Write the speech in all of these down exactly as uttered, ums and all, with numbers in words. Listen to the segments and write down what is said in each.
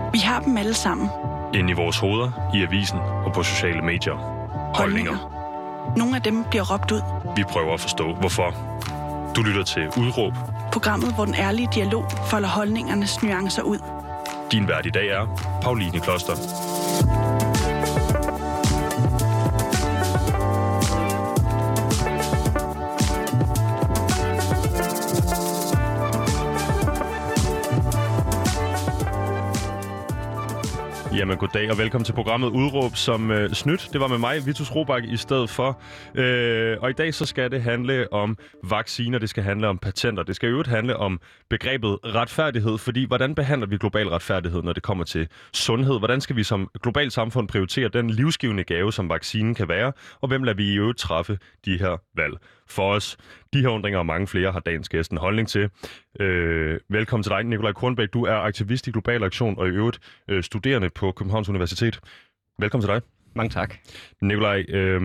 Vi har dem alle sammen. Inde i vores hoveder, i avisen og på sociale medier. Holdninger. Holdninger. Nogle af dem bliver råbt ud. Vi prøver at forstå, hvorfor. Du lytter til Udråb. Programmet, hvor den ærlige dialog folder holdningernes nuancer ud. Din vært i dag er Pauline Kloster. Jamen goddag og velkommen til programmet Udråb som øh, snydt. Det var med mig, Vitus Robak, i stedet for. Øh, og i dag så skal det handle om vacciner, det skal handle om patenter. Det skal jo øvrigt handle om begrebet retfærdighed, fordi hvordan behandler vi global retfærdighed, når det kommer til sundhed? Hvordan skal vi som globalt samfund prioritere den livsgivende gave, som vaccinen kan være? Og hvem lader vi i øvrigt træffe de her valg for os? De her undringer og mange flere har dagens gæst en holdning til. Øh, velkommen til dig, Nikolaj Kornbæk. Du er aktivist i Global Aktion og i øvrigt øh, studerende på Københavns Universitet. Velkommen til dig. Mange tak. Nikolaj, øh,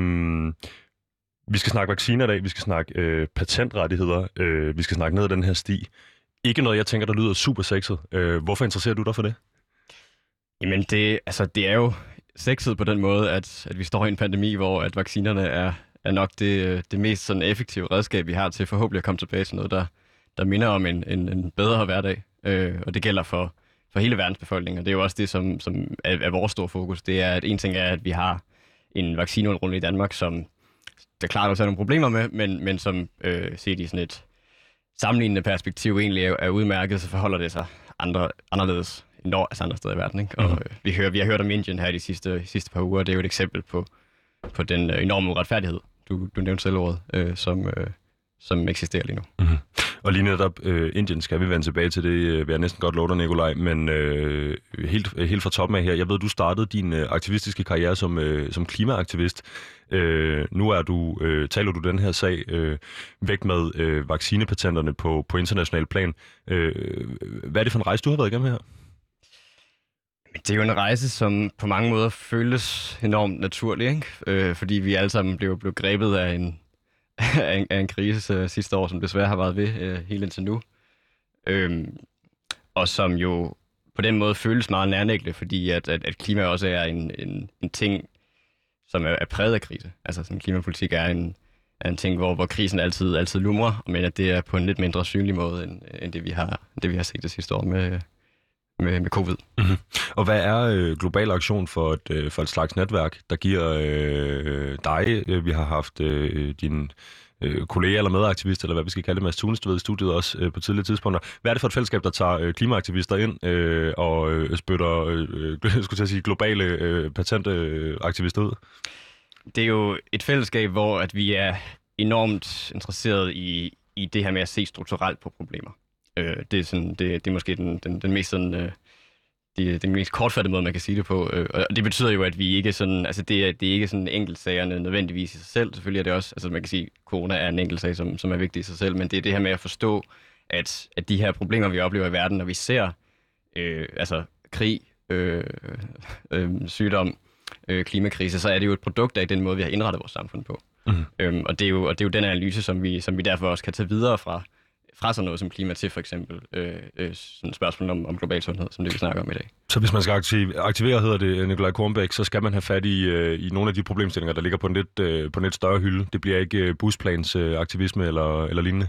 vi skal snakke vacciner i dag, vi skal snakke øh, patentrettigheder, øh, vi skal snakke ned ad den her sti. Ikke noget, jeg tænker, der lyder super sexet. Øh, hvorfor interesserer du dig for det? Jamen, det, altså, det er jo sexet på den måde, at, at vi står i en pandemi, hvor at vaccinerne er, er nok det, det mest sådan effektive redskab, vi har til forhåbentlig at komme tilbage til noget, der, der minder om en, en, en bedre hverdag. Øh, og det gælder for, for hele verdens befolkning, og det er jo også det, som, som er, er vores store fokus. Det er, at en ting er, at vi har en vaccineudrulning i Danmark, som der klart også er nogle problemer med, men, men som øh, set i sådan et sammenlignende perspektiv egentlig er, er udmærket, så forholder det sig andre, anderledes end altså andre steder i verden. Ikke? Og mm. vi, hører, vi har hørt om Indien her de sidste, sidste par uger, det er jo et eksempel på, på den øh, enorme uretfærdighed, du, du nævnte selv ordet, øh, som, øh, som eksisterer lige nu. Mm-hmm. Og lige netop øh, Indien skal vi vende tilbage til, det øh, vil jeg næsten godt love dig, Nikolaj, men øh, helt, helt fra toppen af her, jeg ved, du startede din øh, aktivistiske karriere som, øh, som klimaaktivist. Øh, nu er du, øh, taler du den her sag øh, væk med øh, vaccinepatenterne på, på international plan. Øh, hvad er det for en rejse, du har været igennem her? Det er jo en rejse, som på mange måder føles enormt naturlig, ikke? Øh, fordi vi alle sammen blev, blev grebet af en, af en, af en krise øh, sidste år, som desværre har været ved øh, helt indtil nu. Øh, og som jo på den måde føles meget nærliggende, fordi at, at, at klima også er en, en, en ting, som er, er præget af krise. Altså sådan, klimapolitik er en, er en ting, hvor, hvor krisen altid, altid lumrer, men at det er på en lidt mindre synlig måde, end, end det, vi har, det, vi har set det sidste år med med, med covid. Mm-hmm. Og hvad er øh, Global Aktion for et, øh, for et slags netværk, der giver øh, dig, øh, vi har haft øh, din øh, kollega eller medaaktivist, eller hvad vi skal kalde det, Mads Thunestved i studiet også øh, på tidligere tidspunkter. Hvad er det for et fællesskab, der tager øh, klimaaktivister ind øh, og øh, spytter øh, skulle jeg sige, globale øh, patentaktivister ud? Det er jo et fællesskab, hvor at vi er enormt interesseret i, i det her med at se strukturelt på problemer. Øh, det, er sådan, det, det er måske den, den, den mest sådan, øh, det, den mest kortfattede måde, man kan sige det på. Øh, og det betyder jo, at vi ikke sådan, altså det er, det er ikke sådan enkeltsagerne nødvendigvis i sig selv. Selvfølgelig er det også, altså man kan sige, at corona er en enkeltsag, som, som er vigtig i sig selv, men det er det her med at forstå, at, at de her problemer, vi oplever i verden, når vi ser øh, altså krig, øh, øh, sygdom, øh, klimakrise, så er det jo et produkt af den måde, vi har indrettet vores samfund på. Mm. Øhm, og, det er jo, og det er jo den analyse, som vi, som vi derfor også kan tage videre fra fra sådan noget som klima til for eksempel øh, øh, sådan et spørgsmål om, om global sundhed, som det vi snakker om i dag. Så hvis man skal aktiv- aktivere, hedder det, Nikolaj Kornbæk, så skal man have fat i, øh, i nogle af de problemstillinger, der ligger på en lidt, øh, på en lidt større hylde. Det bliver ikke øh, busplans øh, aktivisme eller, eller lignende?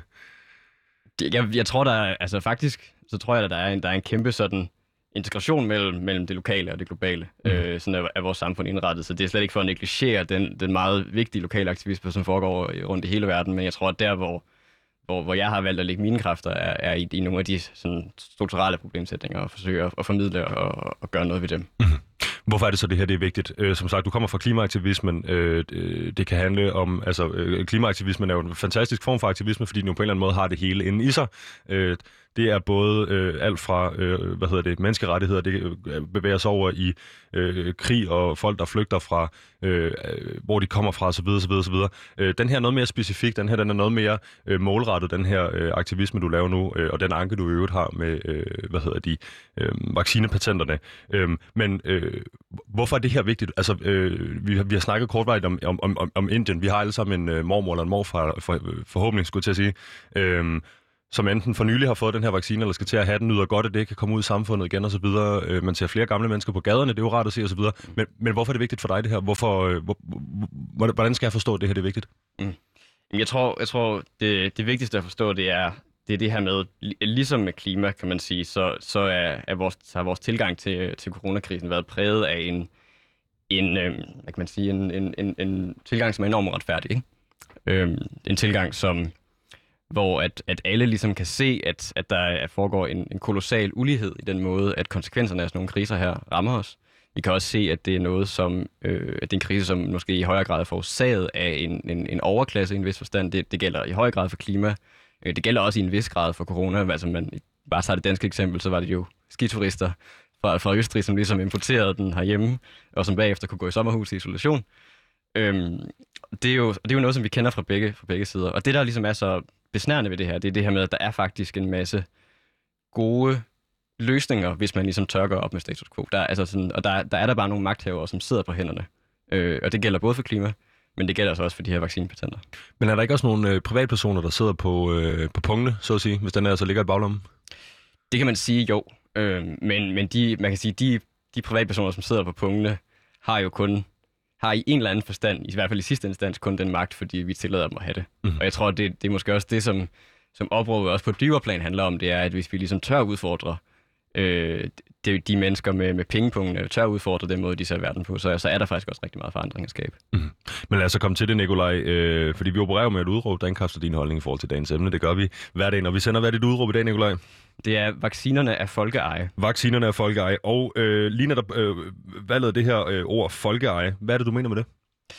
Det, jeg, jeg tror, der er, altså faktisk, så tror jeg, at der er en, der er en kæmpe sådan integration mellem, mellem det lokale og det globale. Mm. Øh, sådan er, er vores samfund indrettet, så det er slet ikke for at negligere den, den meget vigtige lokale aktivisme, som foregår rundt i hele verden, men jeg tror, at der, hvor Hvor, hvor jeg har valgt at lægge mine kræfter, er, er i, i nogle af de sådan, strukturelle problemsætninger og forsøge at, at formidle og, og gøre noget ved dem. Mm-hmm. Hvorfor er det så, det her det er vigtigt? Øh, som sagt, du kommer fra klimaaktivismen. Øh, det kan handle om, altså øh, klimaaktivismen er jo en fantastisk form for aktivisme, fordi den jo på en eller anden måde har det hele inde i sig. Øh, Det er både øh, alt fra øh, hvad hedder det, menneskerettigheder, det bevæger sig over i øh, krig og folk, der flygter fra, øh, hvor de kommer fra, osv. osv., osv. Øh, den her er noget mere specifik, den her den er noget mere øh, målrettet, den her øh, aktivisme, du laver nu, øh, og den anke, du i øvrigt har med, øh, hvad hedder de, øh, vaccinepatenterne. Øh, men øh, hvorfor er det her vigtigt? Altså, øh, vi, har, vi har snakket kortvarigt om, om, om, om Indien. Vi har alle sammen en øh, mormor eller en morfar, for, forhåbentlig skulle jeg til at sige. Øh, som enten for nylig har fået den her vaccine, eller skal til at have den, nyder godt af det, kan komme ud i samfundet igen og så videre. Øh, man ser flere gamle mennesker på gaderne, det er jo rart at se og så videre. Men, men hvorfor er det vigtigt for dig det her? Hvorfor, øh, hvor, hvordan skal jeg forstå, at det her det er vigtigt? Mm. Jeg tror, jeg tror det, det vigtigste at forstå, det er det, er det her med, ligesom med klima, kan man sige, så, så, er, er vores, så har vores tilgang til, til coronakrisen været præget af en, en, øh, hvad kan man sige, en, en, en, en tilgang, som er enormt retfærdig. Ikke? Øh, en tilgang, som hvor at, at alle ligesom kan se, at, at der foregår en, en kolossal ulighed i den måde, at konsekvenserne af sådan nogle kriser her rammer os. Vi kan også se, at det er noget, som øh, at det er en krise, som måske i højere grad er forårsaget af en, en, en overklasse i en vis forstand. Det, det gælder i høj grad for klima. Det gælder også i en vis grad for corona. Altså man bare tager det danske eksempel, så var det jo skiturister fra, fra Østrig, som ligesom importerede den herhjemme, og som bagefter kunne gå i sommerhus i isolation. Øhm, det, er jo, det er jo noget, som vi kender fra begge, fra begge sider. Og det, der ligesom er så besnærende ved det her, det er det her med, at der er faktisk en masse gode løsninger, hvis man ligesom tør gøre op med status quo. Der er, altså sådan, og der, der er der bare nogle magthavere, som sidder på hænderne. Øh, og det gælder både for klima, men det gælder altså også for de her vaccinepatenter. Men er der ikke også nogle øh, privatpersoner, der sidder på, øh, på punktene, så at sige, hvis den altså ligger i baglommen? Det kan man sige, jo. Øh, men men de, man kan sige, de, de privatpersoner, som sidder på punktene, har jo kun, har i en eller anden forstand, i hvert fald i sidste instans, kun den magt, fordi vi tillader dem at have det. Mm. Og jeg tror, det, det er måske også det, som, som opråbet også på dybere plan handler om, det er, at hvis vi ligesom tør udfordre øh, de, de mennesker med, med pengepunktene, tør udfordre den måde, de ser verden på, så, så er der faktisk også rigtig meget forandring at skabe. Mm. Men lad os så komme til det, Nikolaj, øh, fordi vi opererer med et udråb, der indkapsler din holdning i forhold til dagens emne. Det gør vi hver dag, når vi sender. Hvad er dit udråb i dag, Nikolaj? Det er, vaccinerne er folkeeje. Vaccinerne er folkeeje. Og øh, lige netop øh, valget af det her øh, ord folkeeje, hvad er det, du mener med det?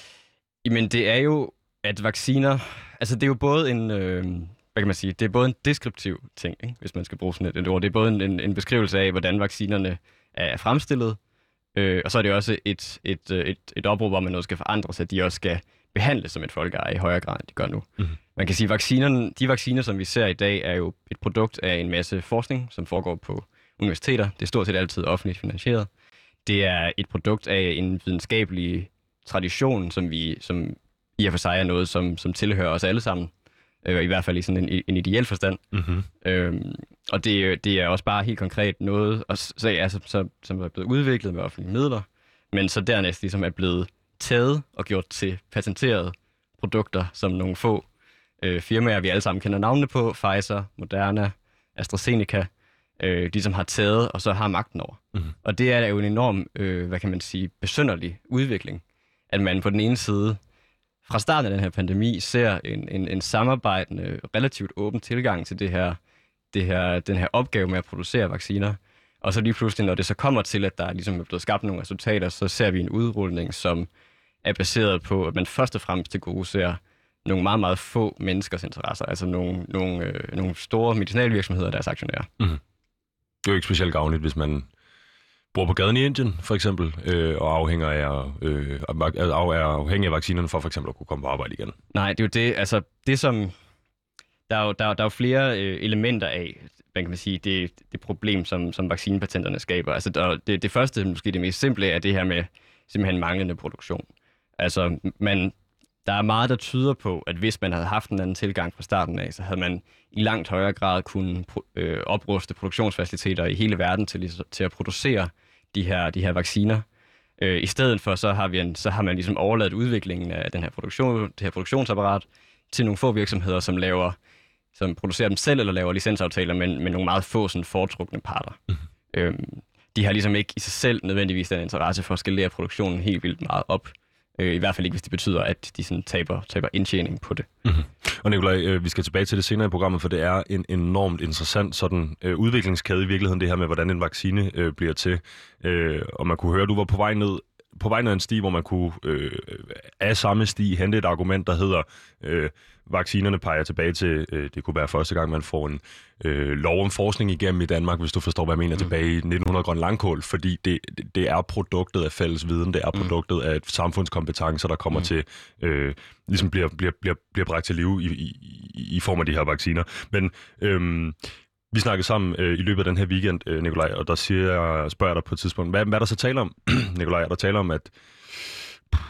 Jamen, det er jo, at vacciner... Altså, det er jo både en... Øh, hvad kan man sige? Det er både en deskriptiv ting, ikke? Hvis man skal bruge sådan et, et ord. Det er både en, en, en beskrivelse af, hvordan vaccinerne er fremstillet, øh, og så er det også et, et, et, et opråb om, at noget skal forandres, at de også skal behandles som et folkeeje i højere grad, end de gør nu. Mm-hmm. Man kan sige, at vaccinerne, de vacciner, som vi ser i dag, er jo et produkt af en masse forskning, som foregår på universiteter. Det er stort set altid offentligt finansieret. Det er et produkt af en videnskabelig tradition, som vi som i og for sig er noget, som, som tilhører os alle sammen. Øh, I hvert fald i sådan en, en ideel forstand. Mm-hmm. Øhm, og det, det er også bare helt konkret noget, og så, altså, så, som er blevet udviklet med offentlige midler, men så dernæst ligesom er blevet taget og gjort til patenterede produkter, som nogle få øh, firmaer, vi alle sammen kender navnene på, Pfizer, Moderna, AstraZeneca, øh, de som har taget og så har magten over. Mm-hmm. Og det er jo en enorm, øh, hvad kan man sige, besynderlig udvikling, at man på den ene side fra starten af den her pandemi ser en, en, en samarbejdende, relativt åben tilgang til det her, det her, den her opgave med at producere vacciner. Og så lige pludselig, når det så kommer til, at der ligesom er blevet skabt nogle resultater, så ser vi en udrulning, som er baseret på, at man først og fremmest til gode ser nogle meget, meget få menneskers interesser. Altså nogle, nogle, øh, nogle store medicinalvirksomheder og deres aktionærer. Mm. Det er jo ikke specielt gavnligt, hvis man bor på gaden i Indien, for eksempel, øh, og afhænger af, øh, er afhængig af vaccinerne for for eksempel at kunne komme på arbejde igen. Nej, det er jo det, altså det som, der er jo, der, der er jo flere øh, elementer af, hvad kan man sige, det, det problem, som, som vaccinepatenterne skaber. Altså der, det, det første, måske det mest simple, er det her med simpelthen manglende produktion. Altså man, der er meget, der tyder på, at hvis man havde haft en anden tilgang fra starten af, så havde man i langt højere grad kunne øh, opruste produktionsfaciliteter i hele verden til, til at producere de her, de her vacciner. Øh, I stedet for, så har, vi en, så har man ligesom overladt udviklingen af den her produktion, det her produktionsapparat til nogle få virksomheder, som laver, som producerer dem selv eller laver licensaftaler med, med nogle meget få sådan, foretrukne parter. Mm. Øhm, de har ligesom ikke i sig selv nødvendigvis den interesse for at skalere produktionen helt vildt meget op. Øh, I hvert fald ikke, hvis det betyder, at de sådan, taber, taber indtjening på det. Mm-hmm. Og Nikolaj, øh, vi skal tilbage til det senere i programmet, for det er en enormt interessant sådan, øh, udviklingskæde i virkeligheden, det her med, hvordan en vaccine øh, bliver til. Øh, og man kunne høre, at du var på vej ned på vej ned en sti, hvor man kunne øh, af samme sti hente et argument, der hedder, øh, vaccinerne peger tilbage til, øh, det kunne være første gang, man får en øh, lov om forskning igennem i Danmark, hvis du forstår, hvad jeg mener, mm. tilbage i nitten hundrede grøn langkål, fordi det, det er produktet af fælles viden, det er produktet af samfundskompetencer, der kommer mm. til, øh, ligesom bliver, bliver, bliver, bliver bragt til live i, i, i form af de her vacciner. Men øh, vi snakkede sammen øh, i løbet af den her weekend, øh, Nikolaj, og der siger jeg, spørger jeg dig på et tidspunkt, hvad, hvad er der så taler om, Nikolaj? Er der taler om, at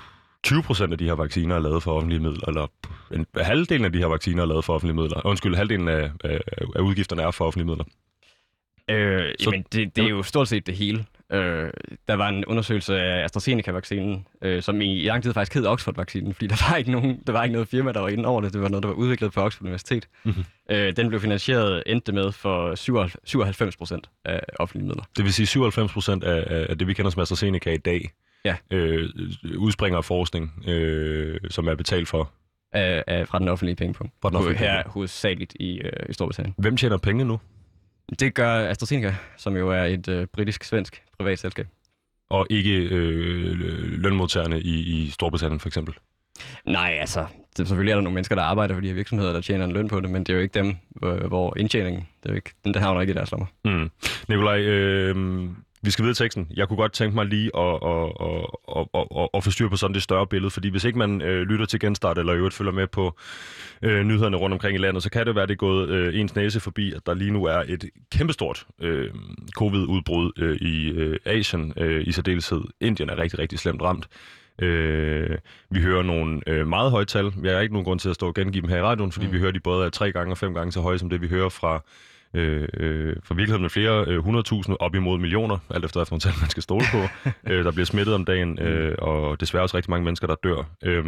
tyve procent af de her vacciner er lavet for offentlige midler, eller en, halvdelen af de her vacciner er lavet for offentlige midler. Undskyld, halvdelen af, af, af udgifterne er for offentlige midler. Øh, Så, jamen, det, det er jo stort set det hele. Øh, der var en undersøgelse af AstraZeneca-vaccinen, øh, som i lang tid faktisk hed Oxford-vaccinen, fordi der var ikke nogen, der var ikke noget firma, der var inde over det. Det var noget, der var udviklet på Oxford Universitet. Mm-hmm. Øh, den blev finansieret, endte med for syvoghalvfems procent af offentlige midler. Det vil sige syvoghalvfems procent af, af det, vi kender som AstraZeneca i dag, ja. øh, udspringer af forskning, øh, som er betalt for. Af, af, fra den offentlige pengepunkt. Fra den offentlige her hovedsageligt i, øh, i Storbritannien. Hvem tjener penge nu? Det gør AstraZeneca, som jo er et øh, britisk-svensk privat selskab. Og ikke øh, lønmodtagerne i, i Storbritannien for eksempel? Nej, altså, det, selvfølgelig er der nogle mennesker, der arbejder for de her virksomheder, der tjener en løn på det, men det er jo ikke dem, hvor, hvor indtjeningen, det er jo ikke, den der havner ikke i deres lommer. Mm. Nikolaj, øh, vi skal videre teksten. Jeg kunne godt tænke mig lige at, at, at, at, at, at få styr på sådan det større billede, fordi hvis ikke man øh, lytter til Genstart, eller i øvrigt følger med på øh, nyhederne rundt omkring i landet, så kan det være, at det er gået øh, ens næse forbi, at der lige nu er et kæmpestort øh, covid-udbrud øh, i øh, Asien, øh, i særdeleshed. Indien er rigtig, rigtig slemt ramt. Øh, vi hører nogle øh, meget høje tal. Jeg har ikke nogen grund til at stå og gengive dem her i radioen, fordi mm. vi hører de både er tre gange og fem gange så høje, som det vi hører fra Øh, øh, for virkeligheden med flere øh, hundredtusind op imod millioner, alt efter hvilken tal man skal stole på, øh, der bliver smittet om dagen, øh, og desværre også rigtig mange mennesker, der dør. Øh,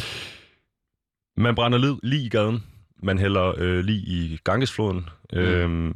man brænder lig, lig i gaden, man hælder øh, lig i Gangesfloden. Øh, mm.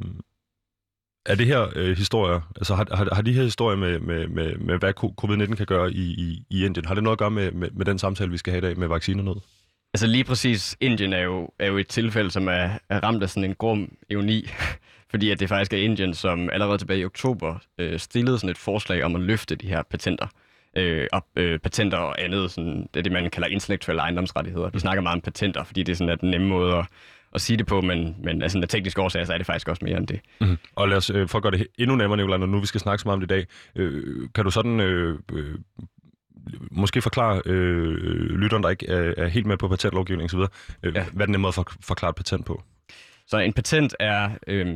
Er det her øh, historier, altså har, har, har de her historier med, med, med, med hvad covid nitten kan gøre i, i, i Indien, har det noget at gøre med, med, med den samtale, vi skal have i dag med vaccinernød? Altså lige præcis, Indien er jo, er jo et tilfælde, som er, er ramt af sådan en grum ironi, fordi at det faktisk er Indien, som allerede tilbage i oktober øh, stillede sådan et forslag om at løfte de her patenter. Øh, og øh, patenter og andet, sådan, det er det, man kalder intellektuelle ejendomsrettigheder. De snakker meget om patenter, fordi det er sådan at den nemme måde at, at sige det på, men, men altså, af tekniske årsager, så er det faktisk også mere end det. Mm-hmm. Og lad os, øh, for at gøre det endnu nemmere, Nicolai, når nu vi skal snakke så meget om det i dag, øh, kan du sådan... Øh, øh, måske forklare øh, lytteren, der ikke er, er helt med på patentlovgivning og så videre, øh, ja. hvad er den nemme måde at for, forklare et patent på? Så en patent er øh,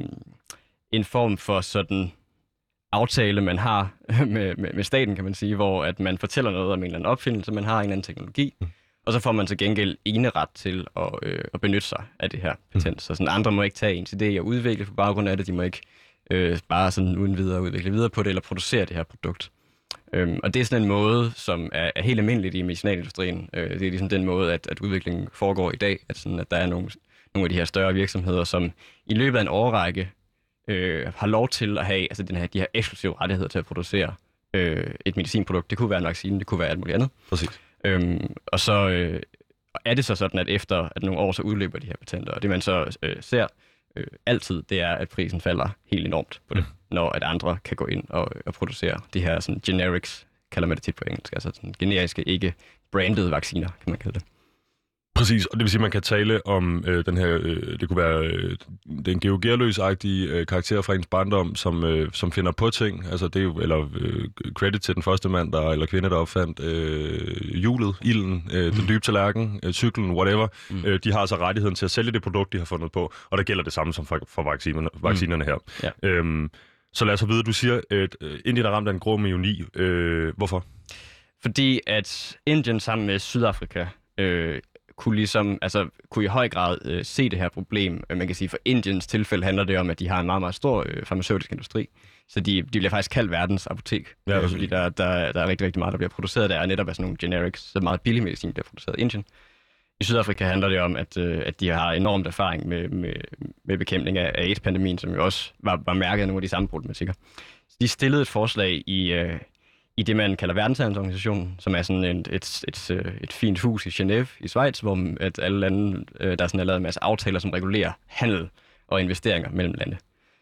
en form for sådan aftale, man har med, med, med staten, kan man sige, hvor at man fortæller noget om en eller anden opfindelse, man har en eller anden teknologi, mm. og så får man til gengæld eneret til at, øh, at benytte sig af det her patent. Mm. Så sådan, andre må ikke tage ens idé og udvikle på baggrund af det, de må ikke øh, bare sådan uden videre udvikle videre på det, eller producere det her produkt. Øhm, og det er sådan en måde, som er, er helt almindeligt i medicinalindustrien. Øh, det er ligesom den måde, at, at udviklingen foregår i dag, at, sådan, at der er nogle, nogle af de her større virksomheder, som i løbet af en årrække øh, har lov til at have altså den her, de her eksklusive rettigheder til at producere øh, et medicinprodukt. Det kunne være en vaccine, det kunne være alt muligt andet. Præcis. Øhm, og så øh, er det så sådan, at efter at nogle år, så udløber de her patenter. Og det man så øh, ser øh, altid, det er, at prisen falder helt enormt på det. Mm. Når at andre kan gå ind og, og producere de her sådan, generics, kalder man det tit på engelsk, altså sådan, generiske, ikke branded vacciner, kan man kalde det. Præcis, og det vil sige, at man kan tale om øh, den her, øh, det kunne være øh, den Georg Gearløs-agtige øh, karakter fra ens barndom, som, øh, som finder på ting, altså det er jo, eller øh, credit til den første mand, der, eller kvinde, der opfandt øh, hjulet, ilden, øh, mm. den dybe tallerken, øh, cyklen, whatever, mm. øh, de har altså rettigheden til at sælge det produkt, de har fundet på, og der gælder det samme som for, for vaccinerne, vaccinerne her. Mm. Ja. Øhm, Så lad os vide, du siger, at Indien er ramt af en grå ironi. Øh, hvorfor? Fordi at Indien sammen med Sydafrika øh, kunne, ligesom, altså, kunne i høj grad øh, se det her problem. Man kan sige, for Indiens tilfælde handler det om, at de har en meget, meget stor øh, farmaceutisk industri. Så de, de bliver faktisk kaldt verdens apotek. Ja, øh, fordi der, der, der er rigtig, rigtig meget, der bliver produceret. Der er netop af sådan nogle generics, så meget billig medicin bliver produceret i Indien. I Sydafrika handler det om, at, øh, at de har enormt erfaring med, med, med bekæmpning af AIDS-pandemien, som jo også var, var mærket af nogle af de samme problematikker. Så de stillede et forslag i, øh, i det, man kalder Verdenshandelsorganisationen, som er sådan et, et, et, et, et fint hus i Genève i Schweiz, hvor at alle lande, øh, der er sådan lavet en masse aftaler, som regulerer handel og investeringer mellem lande.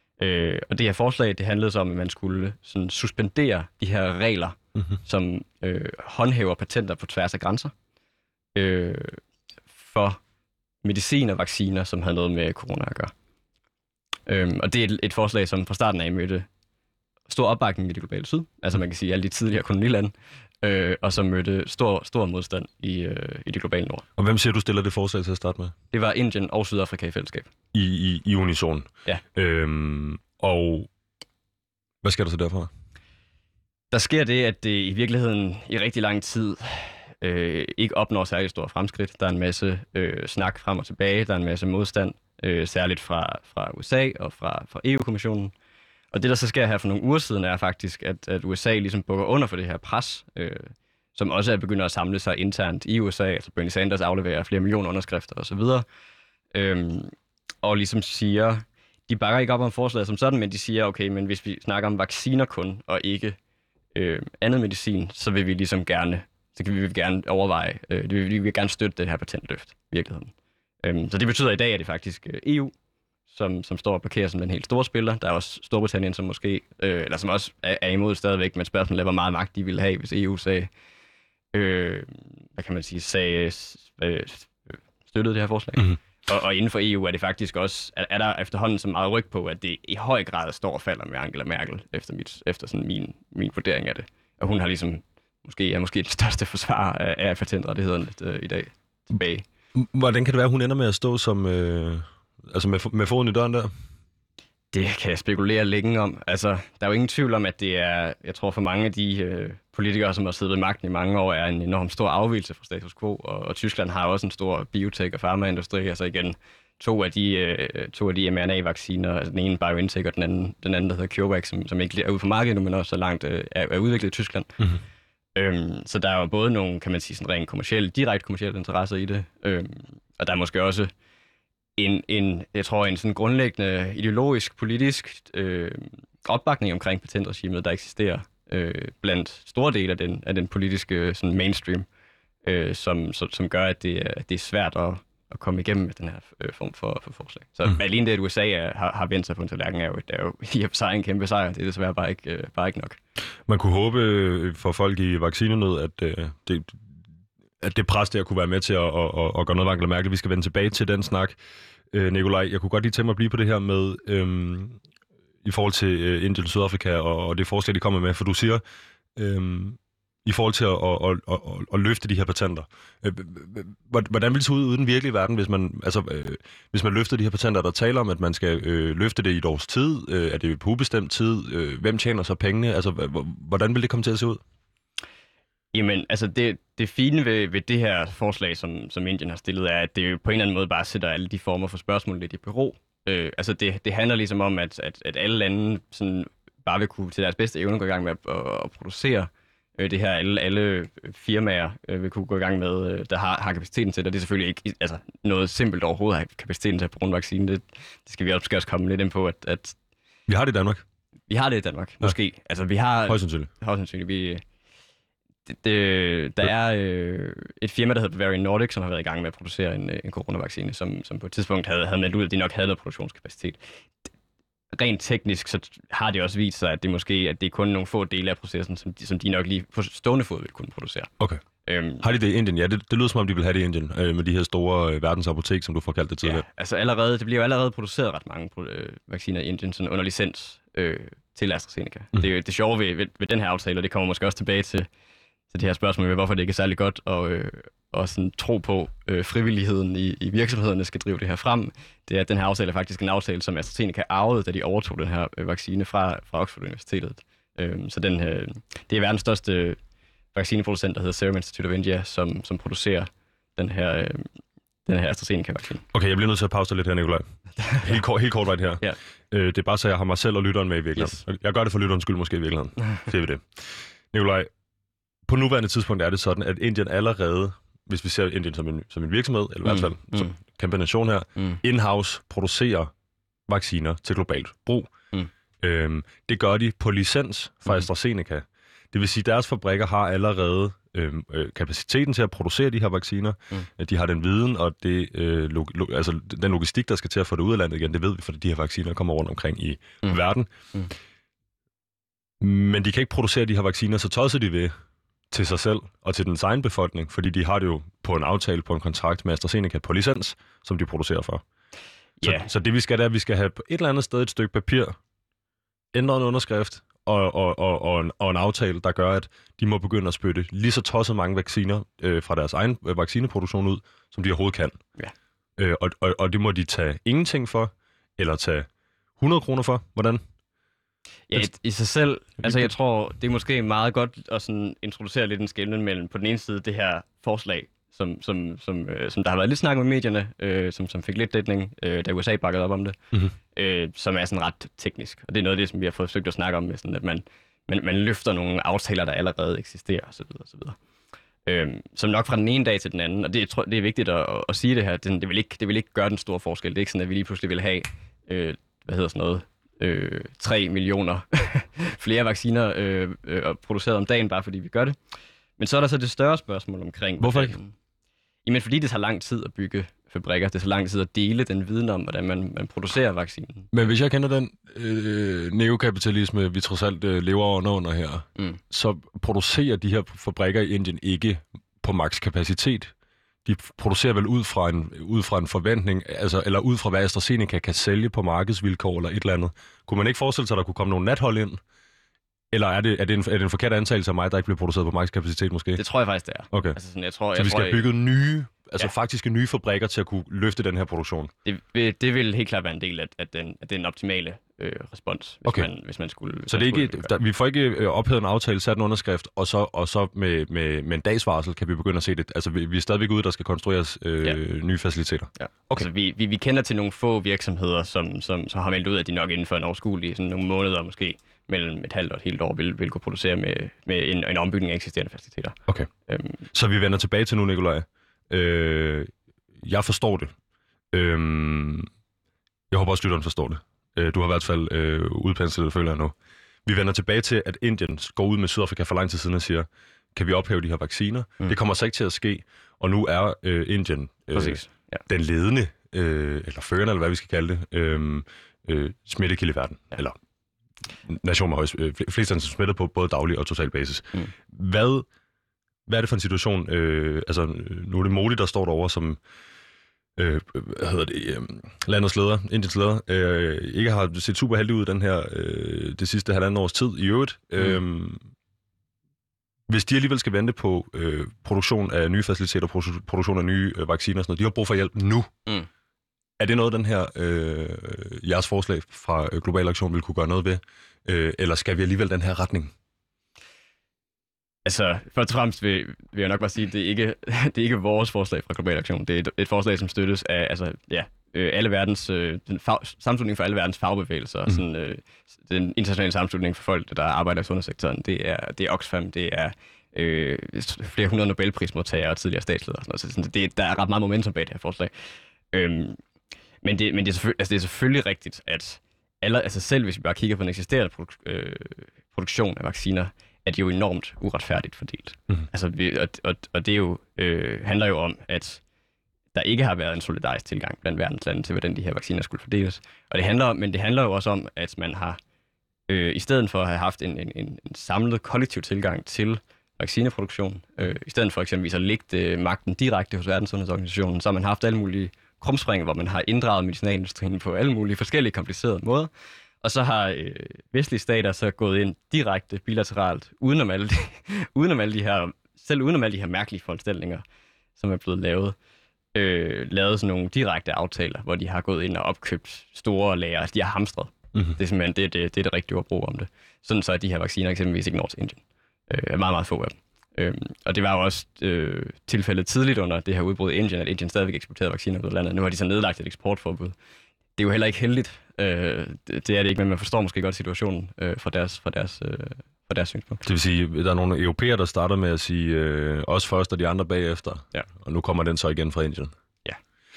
Øh, og det her forslag, det handlede så om, at man skulle sådan, suspendere de her regler, mm-hmm. som øh, håndhæver patenter på tværs af grænser. Øh, for medicin og vacciner, som havde noget med corona at gøre. Øhm, og det er et, et forslag, som fra starten af mødte stor opbakning i det globale syd, altså man kan sige alle de tidligere kolonilande, øh, og som mødte stor, stor modstand i, øh, i det globale nord. Og hvem siger du stiller det forslag til at starte med? Det var Indien og Sydafrika i fællesskab. I, i, i unison? Ja. Øhm, og hvad sker der så derfra? Der sker det, at det i virkeligheden i rigtig lang tid øh, ikke opnår særlig store fremskridt. Der er en masse øh, snak frem og tilbage, der er en masse modstand, øh, særligt fra, fra U S A og fra, fra E U-kommissionen. Og det, der så sker her for nogle uger siden, er faktisk, at, at U S A ligesom bukker under for det her pres, øh, som også er begyndt at samle sig internt i U S A. Altså Bernie Sanders afleverer flere millioner underskrifter osv. Øhm, og ligesom siger, de bakker ikke op om forslaget som sådan, men de siger, okay, men hvis vi snakker om vacciner kun, og ikke øh, andet medicin, så vil vi ligesom gerne, så kan vi gerne overveje, øh, det vil, vi vil gerne støtte det her patentløft i virkeligheden. Øhm, så det betyder i dag, at det faktisk øh, E U, som, som står og parkerer som den helt store spiller. Der er også Storbritannien, som måske, øh, eller som også er, er imod stadigvæk, men spørgsmålet er, hvor meget magt de ville have, hvis E U sagde, øh, hvad kan man sige, sagde, øh, støttede det her forslag. Mm-hmm. Og, og inden for E U er det faktisk også, er, er der efterhånden så meget ryg på, at det i høj grad står og falder med Angela Merkel, efter, mit, efter sådan min, min vurdering af det. Og hun har ligesom, måske er måske den største forsvar af, af patentrettighederne øh, i dag tilbage. Hvordan kan det være, at hun ender med at stå som, øh, altså med, med foden i døren der? Det kan jeg spekulere længe om. Altså, der er jo ingen tvivl om, at det er, jeg tror for mange af de øh, politikere, som har siddet ved magten i mange år, er en enormt stor afvigelse fra status quo, og, og Tyskland har også en stor biotech- og farmaindustri. Altså igen, to af de, øh, to af de mRNA-vacciner, altså den ene BioNTech og den anden, den anden der hedder CureVac, som, som ikke er ude på markedet nu, men også så langt øh, er, er udviklet i Tyskland. Mm-hmm. Øhm, så der er jo både nogle, kan man sige, sådan rent kommercielle, direkte kommercielle interesser i det, øhm, og der er måske også en, en, jeg tror, en sådan grundlæggende ideologisk, politisk øh, opbakning omkring patentregimet, der eksisterer øh, blandt store dele af den, af den politiske sådan mainstream, øh, som, som, som gør, at det, at det er svært at, at komme igennem med den her øh, form for, for forslag. Så mm. alene det, at U S A er, har, har vendt sig på en tallerken, er jo, det er jo i og for sig en kæmpe sejr. Det er desværre bare ikke, øh, bare ikke nok. Man kunne håbe for folk i vaccinenød, at øh, det, at det pres der kunne være med til at, at, at, at gøre noget Angela Merkel. Vi skal vende tilbage til den snak. Øh, Nikolaj, jeg kunne godt lige tænke mig at blive på det her med, øh, i forhold til øh, Indien og Sydafrika og, og det forslag, de kommer med, for du siger, øh, i forhold til at, at, at, at, at løfte de her patenter. Øh, hvordan vil det se ud ude i den virkelige verden, hvis man, altså, øh, hvis man løfter de her patenter, der taler om, at man skal øh, løfte det i et års tid? Øh, er det på ubestemt tid? Øh, hvem tjener så pengene? Altså, hvordan vil det komme til at se ud? Jamen, altså det, det fine ved, ved det her forslag, som, som Indien har stillet, er, at det jo på en eller anden måde bare sætter alle de former for spørgsmål lidt i bero. Øh, altså det, det handler ligesom om, at, at, at alle lande sådan bare vil kunne til deres bedste evne gå i gang med at, at, at producere øh, det her. Alle, alle firmaer øh, vil kunne gå i gang med, øh, der har, har kapaciteten til det. Det er selvfølgelig ikke altså, noget simpelt overhovedet at have kapaciteten til at bruge en vaccine. Det, det skal vi også, skal også komme lidt ind på, at, at... Vi har det i Danmark. Vi har det i Danmark, ja. Måske. Altså vi har... Højst sandsynligt. Højst sandsynligt. Vi... Det, det, der er øh, et firma, der hedder Bavarian Nordic, som har været i gang med at producere en, en coronavaccine, som, som på et tidspunkt havde, havde meldt ud, at de nok havde noget produktionskapacitet. Rent teknisk så har det også vist sig, at det måske at det er kun nogle få dele af processen, som de, som de nok lige på stående fod vil kunne producere. Okay. Øhm, har de det i Indien? Ja, det, det lyder som om, de vil have det i Indien, øh, med de her store øh, verdensapotek, som du får kaldt det tidligere. Ja, altså allerede, det bliver jo allerede produceret ret mange øh, vacciner i Indien, sådan under licens øh, til AstraZeneca. Mm. Det er jo det sjove ved, ved, ved den her aftale, og det kommer måske også tilbage til til det her spørgsmål med, hvorfor det ikke er særlig godt at øh, og sådan tro på øh, frivilligheden i, i virksomhederne skal drive det her frem. Det er, at den her aftale er faktisk en aftale, som AstraZeneca arvede, da de overtog den her øh, vaccine fra, fra Oxford Universitetet. Øh, så den, øh, det er verdens største vaccineproducent, der hedder Serum Institute of India, som, som producerer den her, øh, den her AstraZeneca-vaccine. Okay, jeg bliver nødt til at pause lidt her, Nikolaj. Helt kort, helt kort right her. Ja. Øh, det er bare så, jeg har mig selv og lytteren med i virkeligheden. Yes. Jeg gør det for lytterens skyld måske i virkeligheden. Siger vi det. Nikolaj, på nuværende tidspunkt er det sådan, at Indien allerede, hvis vi ser Indien som en, som en virksomhed, eller i hvert fald mm. som kæmpe nation her, mm. in-house producerer vacciner til globalt brug. Mm. Øhm, det gør de på licens fra mm. AstraZeneca. Det vil sige, at deres fabrikker har allerede øhm, øh, kapaciteten til at producere de her vacciner. Mm. De har den viden og det, øh, log, log, altså den logistik, der skal til at få det ud af landet igen. Det ved vi, fordi de her vacciner kommer rundt omkring i mm. verden. Mm. Men de kan ikke producere de her vacciner, så tosser de ved til sig selv og til den egen befolkning, fordi de har det jo på en aftale, på en kontrakt med AstraZeneca på licens, som de producerer for. Så, yeah. så det vi skal, det er, at vi skal have på et eller andet sted et stykke papir, ændret en underskrift og, og, og, og, en, og en aftale, der gør, at de må begynde at spytte lige så tosset mange vacciner øh, fra deres egen øh, vaccineproduktion ud, som de overhovedet kan. Yeah. Øh, og, og, og det må de tage ingenting for, eller tage hundrede kroner for. Hvordan? Ja, i, i sig selv, altså jeg tror, det er måske meget godt at sådan introducere lidt en skelnen mellem på den ene side det her forslag, som, som, som, øh, som der har været lidt snak med medierne, øh, som, som fik lidt dækning, øh, da U S A bakkede op om det, mm-hmm. øh, som er sådan ret teknisk. Og det er noget af det, som vi har forsøgt at snakke om, med sådan, at man, man, man løfter nogle aftaler, der allerede eksisterer osv. osv. Øh, som nok fra den ene dag til den anden, og det, jeg tror, det er vigtigt at, at, at sige det her, det, det, vil ikke, det vil ikke gøre den store forskel. Det er ikke sådan, at vi lige pludselig vil have, øh, hvad hedder sådan noget, øh, tre millioner flere vacciner øh, øh, produceret om dagen, bare fordi vi gør det. Men så er der så det større spørgsmål omkring... Hvorfor ikke? Jamen, fordi det tager lang tid at bygge fabrikker. Det tager lang tid at dele den viden om, hvordan man, man producerer vaccinen. Men hvis jeg kender den øh, neokapitalisme, vi trods alt øh, lever under her, mm. så producerer de her fabrikker i Indien ikke på maks kapacitet. De producerer vel ud fra en, ud fra en forventning, altså, eller ud fra hvad AstraZeneca kan sælge på markedsvilkår eller et eller andet. Kunne man ikke forestille sig, at der kunne komme nogle nathold ind? Eller er det, er det, en, er det en forkert antagelse af mig, der ikke bliver produceret på makskapacitet måske? Det tror jeg faktisk, det er. Okay. Altså sådan, jeg tror, så jeg vi tror, skal have bygget nye, altså ja. faktiske nye fabrikker til at kunne løfte den her produktion? Det vil, det vil helt klart være en del af, af, den, af den optimale øh, respons, hvis, okay. man, hvis man skulle... Så det er ikke, der, vi får ikke øh, ophævet en aftale, sat en underskrift, og så, og så med, med, med en dags varsel kan vi begynde at se det. Altså vi, vi er stadigvæk ude, der skal konstrueres øh, ja. nye faciliteter. Ja. Okay. Altså vi, vi, vi kender til nogle få virksomheder, som, som, som har meldt ud, at de nok inden for en overskuelig, sådan nogle måneder måske, mellem et halvt og et helt år, vil, vil kunne producere med, med en, en ombygning af eksisterende faciliteter. Okay. Øhm. Så vi vender tilbage til nu, Nikolaj. Øh, jeg forstår det. Øh, jeg håber også, lytteren forstår det. Øh, du har i hvert fald øh, udpenslet, føler jeg nu. Vi vender tilbage til, at Indien går ud med Sydafrika for lang tid siden og siger, kan vi ophæve de her vacciner? Mm. Det kommer så ikke til at ske, og nu er øh, Indien øh, ja. den ledende, øh, eller førende, eller hvad vi skal kalde det, øh, øh, smittekilde i verden. Ja. Eller nation med højst, øh, flest er smittet på både daglig og total basis. Mm. Hvad, hvad er det for en situation? Øh, altså, nu er det Modi, der står derovre som øh, hvad hedder det, øh, landets leder, Indiens leder, øh, ikke har set super heldig ud den her øh, det sidste halvanden års tid i øvrigt. Mm. Øh, hvis de alligevel skal vente på øh, produktion af nye faciliteter, produ- produktion af nye øh, vacciner og sådan noget, de har brug for hjælp nu. Mm. Er det noget, den her øh, jeres forslag fra øh, Global Aktion vil kunne gøre noget ved? Øh, eller skal vi alligevel den her retning? Altså, først og fremmest vil, vil jeg nok bare sige, at det er ikke, det er ikke vores forslag fra Global Aktion. Det er et, et forslag, som støttes af altså, ja, øh, alle verdens, øh, den fag, sammenslutning for alle verdens fagbevægelser. Mm. Sådan, øh, den internationale sammenslutning for folk, der arbejder i sundhedssektoren. Det er, det er Oxfam, det er øh, flere hundrede Nobelprismodtagere og tidligere statsledere. Sådan noget. Så sådan, det, der er ret meget momentum bag det her forslag. Øhm, Men, det, men det, er selvfølgelig, altså det er selvfølgelig rigtigt, at alle, altså selv hvis vi bare kigger på den eksisterende produ- øh, produktion af vacciner, er det jo enormt uretfærdigt fordelt. Mm-hmm. Altså, vi, og, og, og det er jo, øh, handler jo om, at der ikke har været en solidarisk tilgang blandt verdens lande til, hvordan de her vacciner skulle fordeles. Og det handler, men det handler jo også om, at man har, øh, i stedet for at have haft en, en, en samlet kollektiv tilgang til vaccineproduktion, øh, i stedet for eksempelvis at lægge det, magten direkte hos Verdenssundhedsorganisationen, så har man haft alle mulige krumspring, hvor man har inddraget medicinalindustrien på alle mulige forskellige komplicerede måder. Og så har øh, vestlige stater så gået ind direkte, bilateralt, udenom alle de, udenom alle de her, selv udenom alle de her mærkelige foranstaltninger, som er blevet lavet, øh, lavet sådan nogle direkte aftaler, hvor de har gået ind og opkøbt store lager. Altså, de har hamstret. Mm-hmm. Det er simpelthen det, det, det er det rigtige ord at bruge om det. Sådan så, at de her vacciner eksempelvis ikke når til Indien. Øh, meget, meget få af dem. Øhm, og det var jo også øh, tilfældet tidligt under det her udbrud i Indien, at Indien stadigvæk eksporterede vacciner ud af landet. Nu har de så nedlagt et eksportforbud. Det er jo heller ikke heldigt. Øh, det, det er det ikke, men man forstår måske godt situationen øh, fra, deres, fra, deres, øh, fra deres synspunkt. Det vil sige, at der er nogle europæere, der starter med at sige øh, os først og de andre bagefter. Ja. Og nu kommer den så igen fra Indien. Ja.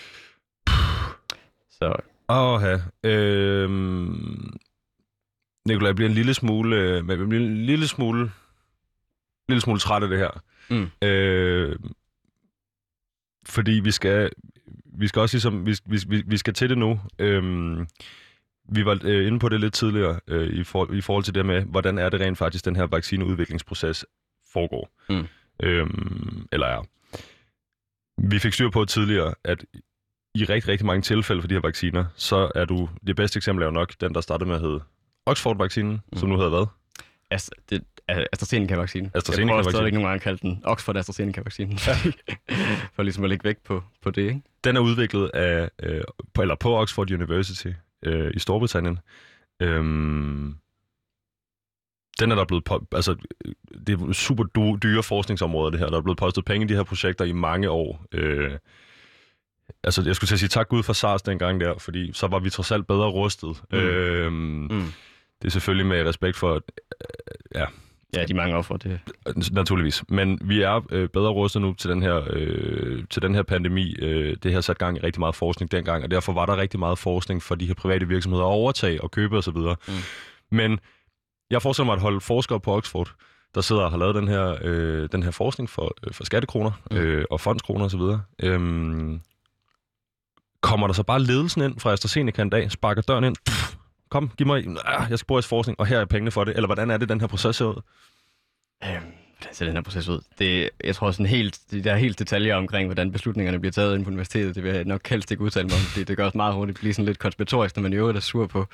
Så... Åh, ja. Øh, Nikolaj, jeg bliver en lille smule... Øh, jeg bliver en lille smule... lille smule træt af det her. Mm. Øh, fordi vi skal, vi skal også ligesom, vi, vi, vi skal til det nu. Øh, vi var øh, inde på det lidt tidligere, øh, i, for, i forhold til det med, hvordan er det rent faktisk, den her vaccineudviklingsproces foregår. Mm. Øh, eller er. Vi fik styr på tidligere, at i rigtig, rigtig mange tilfælde for de her vacciner, så er du, det bedste eksempel er jo nok den, der startede med at hedde Oxford-vaccinen, mm. som nu hedder hvad? Altså, det AstraZeneca-vaccinen. AstraZeneca-vaccinen. Jeg prøver stadigvæk nogle gange at kalde den Oxford AstraZeneca-vaccinen. For ligesom at lægge vægt på, på det, ikke? Den er udviklet af, øh, på, eller på Oxford University øh, i Storbritannien. Øhm, Den er der blevet... På, altså, det er super du, dyre forskningsområder, det her. Der er blevet postet penge i de her projekter i mange år. Øh, altså, jeg skulle til at sige tak Gud for SARS dengang der, fordi så var vi trods alt bedre rustet. Mm. Øh, mm. Det er selvfølgelig med respekt for... Øh, ja... Ja, de mange offer, det... Naturligvis. Men vi er øh, bedre rustet nu til den her, øh, til den her pandemi. Øh, det har sat gang i rigtig meget forskning dengang, og derfor var der rigtig meget forskning for de her private virksomheder at overtage og købe osv. Mm. Men jeg forestiller mig at holde forskere på Oxford, der sidder og har lavet den her, øh, den her forskning for, øh, for skattekroner mm. øh, og fondskroner osv. Øhm, kommer der så bare ledelsen ind fra AstraZeneca en dag, sparker døren ind, pff, kom, giv mig, ah, jeg skal bruge jeres forskning, og her er pengene for det. Eller hvordan er det, den her proces ser ud? Øhm, hvordan ser den her proces ud? Det, jeg tror sådan helt, de der helt detaljer omkring, hvordan beslutningerne bliver taget inde på universitetet, det vil jeg nok helst ikke udtale mig om. Det, det gør også meget hurtigt blive sådan lidt konspiratorisk, når man i øvrigt er sur på,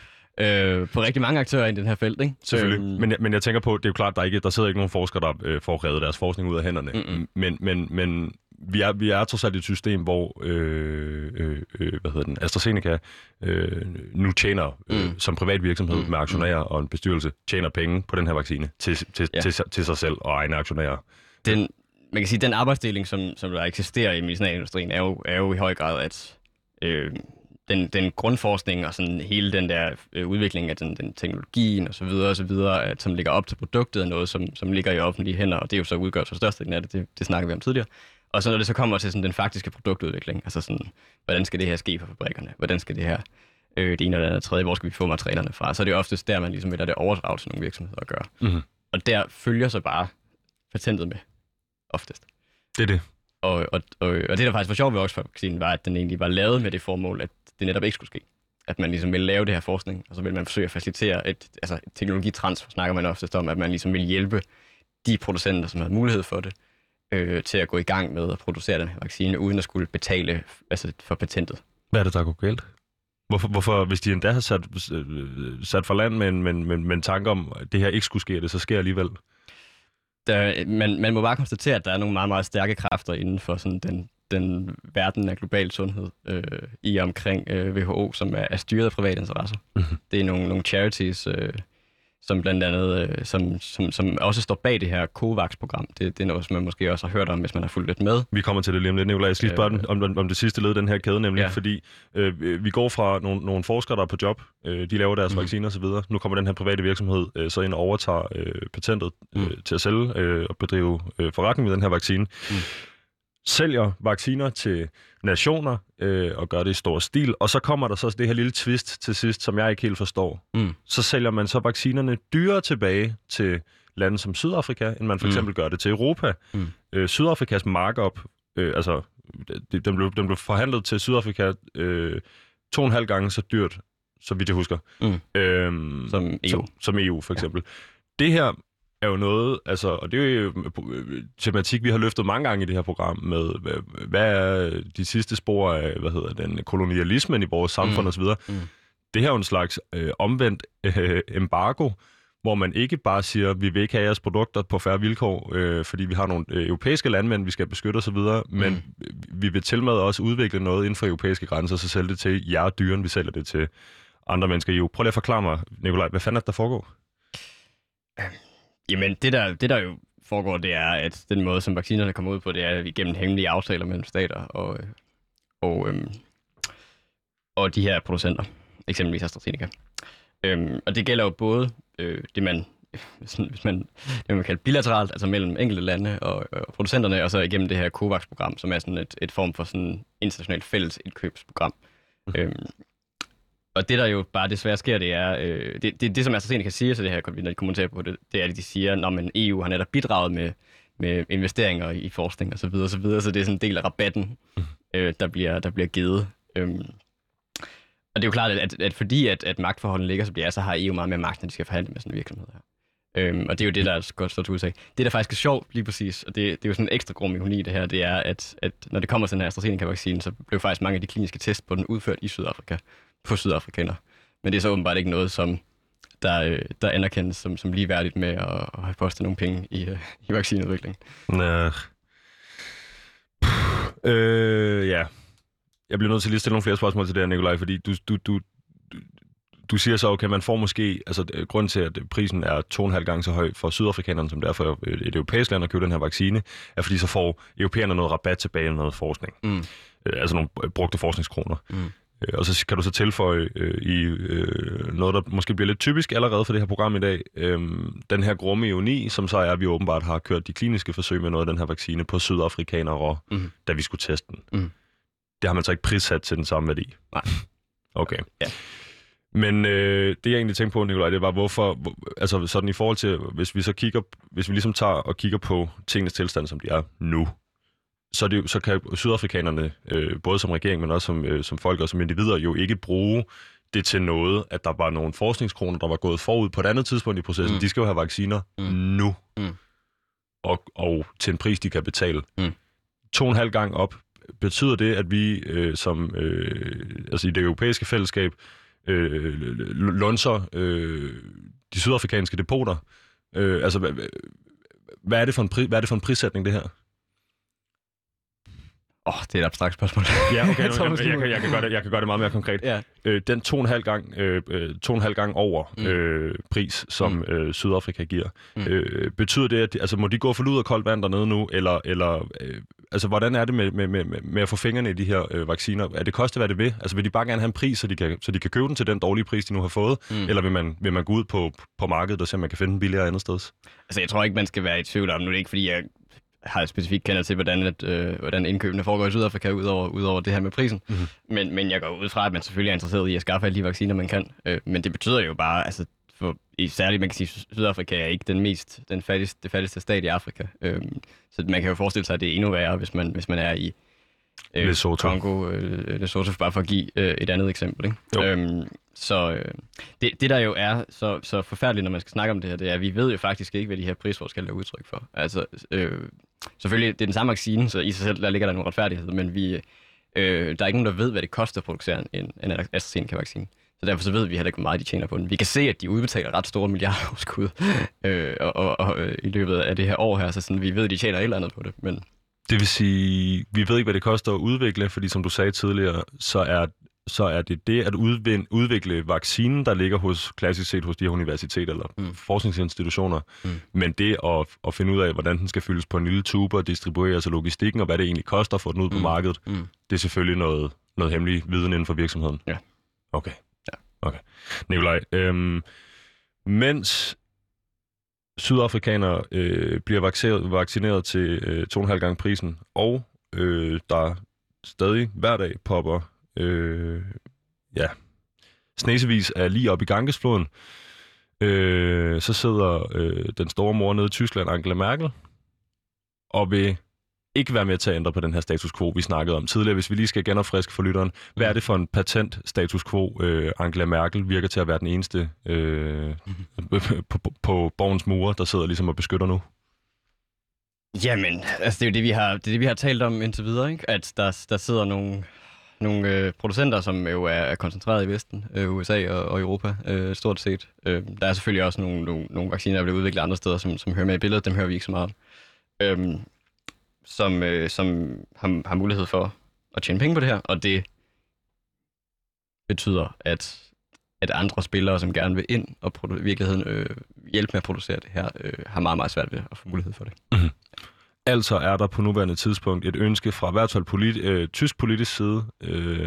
øh, på rigtig mange aktører i den her felt, ikke? Selvfølgelig. Øhm, men, men jeg tænker på, det er jo klart, der, ikke, der sidder ikke nogen forskere, der øh, får revet deres forskning ud af hænderne. Mm-mm. Men, men, men vi er, vi er trods alt et system, hvor øh, øh, øh, hvad hedder den, AstraZeneca øh, nu tjener øh, mm. som privat virksomhed mm. med aktionærer og en bestyrelse, tjener penge på den her vaccine til, til, ja. til, til sig selv og egne aktionærer. Den, man kan sige, den arbejdsdeling, som, som der eksisterer i medicinalindustrien, er jo, er jo i høj grad, at øh, den, den grundforskning og sådan hele den der øh, udvikling af den, den teknologien og så videre og så videre, at, som ligger op til produktet, er noget, som, som ligger i offentlige hænder, og det er jo så udgør så størstedelen af det, det, det snakker vi om tidligere. Og så når det så kommer til sådan den faktiske produktudvikling, altså sådan, hvordan skal det her ske for fabrikkerne? Hvordan skal det her, øh, det ene eller andet tredje, hvor skal vi få materialerne fra? Så er det jo oftest der, man ligesom vil lade det overdrage til nogle virksomheder at gøre. Mm-hmm. Og der følger så bare patentet med, oftest. Det er det. Og, og, og, og det, der faktisk var sjovt ved Oxford-vaccinen, var, at den egentlig var lavet med det formål, at det netop ikke skulle ske. At man ligesom ville lave det her forskning, og så vil man forsøge at facilitere et, altså et teknologitransfer, snakker man oftest om, at man ligesom vil hjælpe de producenter, som har mulighed for det, Øh, til at gå i gang med at producere den her vaccine, uden at skulle betale altså, for patentet. Hvad er det, der går galt? Hvorfor, hvorfor, hvis de endda har sat, sat for land med en, med, med, med en tanke om, at det her ikke skulle ske, det så sker alligevel? Der, man, man må bare konstatere, at der er nogle meget, meget stærke kræfter inden for sådan den, den verden af global sundhed øh, i omkring øh, W H O, som er, er styret af private interesser. Mm-hmm. Det er nogle, nogle charities, øh, som blandt andet, øh, som, som, som også står bag det her COVAX-program. Det, det er noget, som man måske også har hørt om, hvis man har fulgt lidt med. Vi kommer til det lige om lidt, Nicolaj. Jeg skal lige spørge øh, om, om det sidste led, den her kæde nemlig, ja. fordi øh, vi går fra nogle, nogle forskere, der er på job, øh, de laver deres mm. vacciner osv. Nu kommer den her private virksomhed øh, så ind og overtager øh, patentet øh, mm. til at sælge øh, og bedrive øh, forretning med den her vaccine. Mm. Sælger vacciner til nationer øh, og gør det i stor stil, og så kommer der så det her lille twist til sidst, som jeg ikke helt forstår. Mm. Så sælger man så vaccinerne dyrere tilbage til lande som Sydafrika, end man for eksempel mm. gør det til Europa. Mm. Øh, Sydafrikas markup, øh, altså den blev, den blev forhandlet til Sydafrika øh, to og en halv gange så dyrt, så vidt jeg husker. Mm. Øhm, som E U. Som, som E U for eksempel. Ja. Det her er jo noget, altså, og det er jo tematik, vi har løftet mange gange i det her program med, hvad, hvad er de sidste spor af, hvad hedder den, kolonialismen i vores samfund mm. osv. Mm. Det her er jo en slags øh, omvendt øh, embargo, hvor man ikke bare siger, vi vil ikke have jeres produkter på fair vilkår, øh, fordi vi har nogle øh, europæiske landmænd, vi skal beskytte osv., men mm. vi vil til med også udvikle noget inden for europæiske grænser, så sælge det til jer dyren, vi sælger det til andre mennesker i E U. Prøv lige at forklare mig, Nicolaj, hvad fanden er det, der foregår? Jamen, det der, det der jo foregår, det er, at den måde, som vaccinerne kommer ud på, det er igennem hemmelige aftaler mellem stater og, og, øhm, og de her producenter, eksempelvis AstraZeneca. Øhm, og det gælder jo både øh, det, man, sådan, hvis man, det, man kalder bilateralt, altså mellem enkelte lande og, og producenterne, og så igennem det her COVAX-program, som er sådan et, et form for sådan internationalt fælles indkøbsprogram. Mm. Øhm, Og det, der jo bare desværre sker, det er, øh, det, det, det som AstraZeneca siger til det her, når de kommenterer på det, det er, at de siger, at man E U har netop bidraget med, med investeringer i forskning og så videre, så videre, så det er sådan en del af rabatten, øh, der, bliver, der bliver givet. Øhm, og det er jo klart, at, at fordi at, at magtforholdene ligger, så bliver så har E U meget mere magt, når de skal forhandle med sådan en virksomhed her. Øhm, og det er jo det, der er godt stået til udtag. Det, der faktisk er sjovt lige præcis, og det, det er jo sådan en ekstra grum ironi det her, det er, at, at når det kommer til den her AstraZeneca-vaccine, så blev faktisk mange af de kliniske tests på den udført i Sydafrika, på sydafrikaner. Men det er så åbenbart ikke noget, som der, der anerkendes som, som ligeværdigt med at, at have postet nogle penge i, i vaccineudvikling. Næh. Øh, ja. Jeg bliver nødt til lige at stille nogle flere spørgsmål til det her, Nicolaj, fordi du, du, du, du siger så, okay, man får måske, altså grund til, at prisen er to og en halv gange så høj for sydafrikanerne, som derfor et europæisk land at købe den her vaccine, er fordi så får europæerne noget rabat tilbage med noget forskning. Mm. Altså nogle brugte forskningskroner. Mm. Og så kan du så tilføje øh, i øh, noget, der måske bliver lidt typisk allerede for det her program i dag. Øh, den her grumme ioni, som så er, at vi åbenbart har kørt de kliniske forsøg med noget af den her vaccine på sydafrikanere, mm. da vi skulle teste den. Mm. Det har man så ikke prissat til den samme værdi. Nej. Okay. Ja. Men øh, det jeg egentlig tænkte på, Nikolaj, det var hvorfor, hvor, altså sådan i forhold til, hvis vi så kigger, hvis vi ligesom tager og kigger på tingenes tilstand, som de er nu, så, det, så kan sydafrikanerne, øh, både som regering, men også som, øh, som folk og som individer, jo ikke bruge det til noget, at der var nogle forskningskroner, der var gået forud på et andet tidspunkt i processen. Mm. De skal jo have vacciner mm. nu, mm. Og, og til en pris, de kan betale. Mm. To og en halv gang op. Betyder det, at vi øh, som øh, altså i det europæiske fællesskab øh, lunser øh, de sydafrikanske depoter? Øh, altså, hvad, hvad, er det for en pri- hvad er det for en prissætning, det her? Åh, oh, det er et abstrakt spørgsmål. Ja, okay, jeg, jeg, jeg, kan, jeg, kan gøre det, jeg kan gøre det meget mere konkret. Ja. Øh, den to og en halv gang, øh, to og en halv gang over mm. øh, pris, som mm. øh, Sydafrika giver, mm. øh, betyder det, at altså, må de gå for lud og koldt vand dernede nu, eller, eller øh, altså, hvordan er det med, med, med, med at få fingrene i de her øh, vacciner? Er det koste, hvad det vil? Altså, vil de bare gerne have en pris, så de kan, så de kan købe den til den dårlige pris, de nu har fået? Mm. Eller vil man, vil man gå ud på, på markedet og se, om man kan finde den billigere andet sted? Altså, jeg tror ikke, man skal være i tvivl om, nu er det ikke, fordi jeg har specifikt kender til, hvordan, at, øh, hvordan indkøbene foregår i Sydafrika, udover, udover det her med prisen. Mm-hmm. Men, men jeg går ud fra, at man selvfølgelig er interesseret i at skaffe alle de vacciner, man kan. Øh, men det betyder jo bare, altså, for, særligt man kan sige, at Sydafrika er ikke den mest, den fattigste, det fattigste stat i Afrika. Øh, så man kan jo forestille sig, at det er endnu værre, hvis man, hvis man er i øh, Lesotho. Congo, øh, Lesotho, bare for at give øh, et andet eksempel. Ikke? Øhm, så øh, det, det, der jo er så, så forfærdeligt, når man skal snakke om det her, det er, at vi ved jo faktisk ikke, hvad de her prisforskelle er udtryk for. Altså, øh, selvfølgelig, det er den samme vaccine, så i sig selv, der ligger der en retfærdighed, men vi, øh, der er ikke nogen, der ved, hvad det koster at producere en, en AstraZeneca-vaccine. Så derfor så ved vi heller ikke, hvor meget de tjener på den. Vi kan se, at de udbetaler ret store milliarderoverskud øh, og, og, og, og i løbet af det her år her, så sådan, vi ved, at de tjener et eller andet på det. Men det vil sige, vi ved ikke, hvad det koster at udvikle, fordi som du sagde tidligere, så er så er det det at udvinde, udvikle vaccinen, der ligger hos, klassisk set hos de her universiteter eller mm. forskningsinstitutioner, mm. men det at, at finde ud af, hvordan den skal fyldes på en lille tube og distribueres og logistikken, og hvad det egentlig koster at få den ud mm. på markedet, mm. det er selvfølgelig noget, noget hemmelig viden inden for virksomheden. Ja. Okay. Ja. Okay. Nikolaj, øhm, mens sydafrikanere øh, bliver vaccineret, vaccineret til øh, to og en halv gang prisen, og øh, der stadig hver dag popper Øh, ja, snesevis er lige op i Gangesfloden. Øh, så sidder øh, den store mor nede i Tyskland, Angela Merkel, og vil ikke være med til at ændre på den her status quo, vi snakkede om tidligere. Hvis vi lige skal genopfriske for lytteren, hvad er det for en patent status quo, øh, Angela Merkel virker til at være den eneste øh, mm-hmm. på, på, på borgens mure, der sidder ligesom og beskytter nu? Jamen, altså det er jo det, vi har, det er det, vi har talt om indtil videre, ikke? At der, der sidder nogle Nogle øh, producenter, som jo er, er koncentreret i Vesten, øh, U S A og, og Europa, øh, stort set. Øh, der er selvfølgelig også nogle, nogle, nogle vacciner, der bliver udviklet andre steder, som, som hører med i billedet. Dem hører vi ikke så meget om. Øh, som øh, som har, har mulighed for at tjene penge på det her, og det betyder, at, at andre spillere, som gerne vil ind og produ- i virkeligheden øh, hjælpe med at producere det her, øh, har meget, meget svært ved at få mulighed for det. Mm-hmm. Altså er der på nuværende tidspunkt et ønske fra i hvert fald politi- øh, tysk politisk side øh,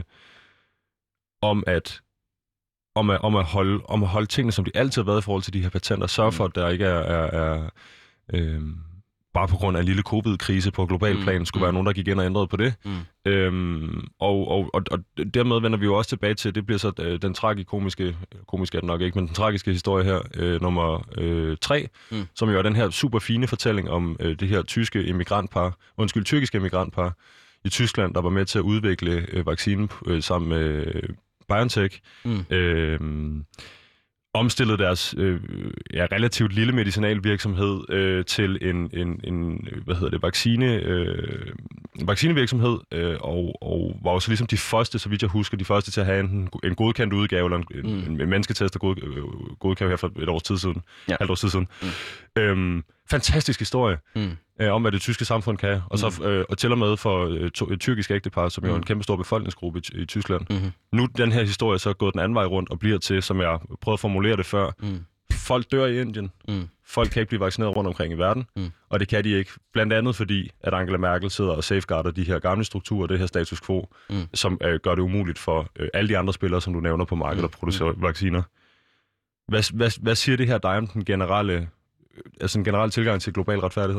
om at om at om at holde om at holde tingene, som de altid har været i forhold til de her patenter, sørge for, at der ikke er, er, er øh, bare på grund af en lille covid-krise på global plan, mm. skulle mm. være nogen, der gik ind og ændrede på det. Mm. Øhm, og, og, og, og dermed vender vi jo også tilbage til, det bliver så øh, den tragikomiske, komiske er det nok ikke, men den tragiske historie her, øh, nummer øh, tre, mm. som jo er den her super fine fortælling om øh, det her tyske emigrantpar, undskyld, tyrkiske emigrantpar i Tyskland, der var med til at udvikle øh, vaccinen øh, sammen med øh, BioNTech. Mm. Øh, omstillede deres øh, ja, relativt lille medicinalvirksomhed øh, til en, en, en hvad hedder det, vaccine, øh, vaccinevirksomhed, øh, og, og var også ligesom de første, så vidt jeg husker, de første til at have en, en godkendt udgave, eller en, mm. en, en mennesketest, der god, øh, godkendt her for et års tid siden, ja. halvt års tid siden. Mm. Øhm, fantastisk historie. Mm. øh, om, hvad det tyske samfund kan. Og, så, øh, og til og med for øh, to, et tyrkisk ægtepar, som mm. jo er en kæmpe stor befolkningsgruppe i, i Tyskland. Mm-hmm. Nu den her historie så gået den anden vej rundt og bliver til, som jeg prøvede at formulere det før, mm. folk dør i Indien. Mm. Folk kan ikke blive vaccineret rundt omkring i verden, mm. og det kan de ikke. Blandt andet fordi, at Angela Merkel sidder og safeguarder de her gamle strukturer, det her status quo, mm. som øh, gør det umuligt for øh, alle de andre spillere, som du nævner på markedet, mm. at producere mm. vacciner. Hvad, hvad, hvad siger det her dig om den generelle, altså en generel tilgang til global retfærdighed?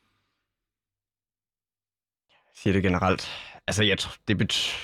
Siger det generelt? Altså, jeg, det bet...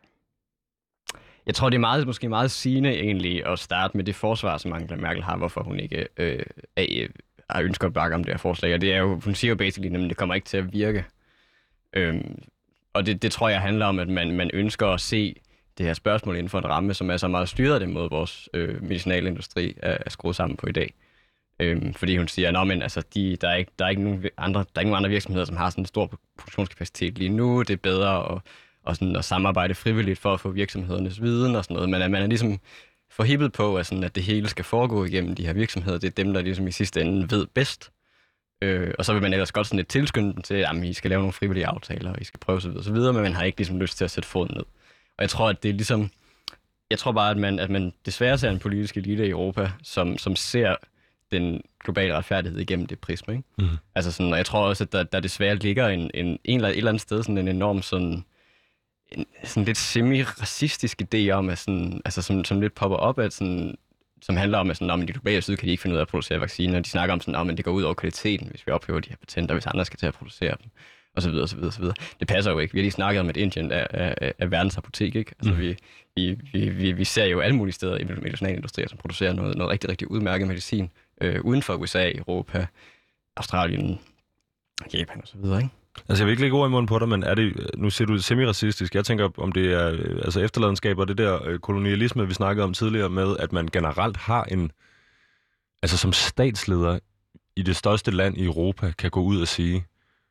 jeg tror, det er meget, måske meget sigende egentlig at starte med det forsvar, som Angela Merkel har, hvorfor hun ikke øh, er, er ønsker at bakke om det her forslag. Og det er jo, hun siger jo basically, at det kommer ikke til at virke. Øhm, og det, det tror jeg handler om, at man, man ønsker at se det her spørgsmål inden for en ramme, som er så meget styret af den måde, vores øh, medicinalindustri er, er skruet sammen på i dag. Øhm, fordi hun siger, at altså, de, der, er ikke, der, er ikke nogen andre, der er ikke nogen andre virksomheder, som har sådan en stor produktionskapacitet lige nu. Det er bedre at, og sådan, at samarbejde frivilligt for at få virksomhedernes viden og sådan noget. Men at man er ligesom forhippet på, at, sådan, at det hele skal foregå igennem de her virksomheder. Det er dem, der ligesom i sidste ende ved bedst. Øh, og så vil man ellers godt sådan lidt tilskynde dem til, at I skal lave nogle frivillige aftaler, og I skal prøve osv. osv., men man har ikke ligesom lyst til at sætte foden ned. Og jeg tror, at det er ligesom... Jeg tror bare, at man, at man desværre ser en politisk elite i Europa, som, som ser den globale retfærdighed igennem det prisme, ikke? Mm. Altså sådan, og jeg tror også, at der, der desværre ligger en, en, en eller et eller andet sted sådan en enorm sådan, en, sådan lidt semi-racistisk idé om, at sådan, altså som, som lidt popper op, at sådan, som handler om, at sådan, om de globale syd kan de ikke finde ud af at producere vacciner. De snakker om sådan, om det går ud over kvaliteten, hvis vi ophæver de her patenter, hvis andre skal til at producere dem, og så videre, og så videre, og så videre. Det passer jo ikke. Vi har lige snakket om, at Indien er, er, er verdens apotek, ikke? Altså, mm. vi, vi, vi, vi, vi ser jo alle mulige steder i medicinalindustrier, som producerer noget, noget rigtig, rigtig udmærket medicin, øh, uden for U S A, Europa, Australien, Japan og så videre, ikke? Altså, jeg vil ikke lægge ord i munden på dig, men er det, nu siger du semi-racistisk. Jeg tænker, om det er altså efterladenskab og det der kolonialisme, vi snakkede om tidligere med, at man generelt har en, altså som statsleder i det største land i Europa, kan gå ud og sige,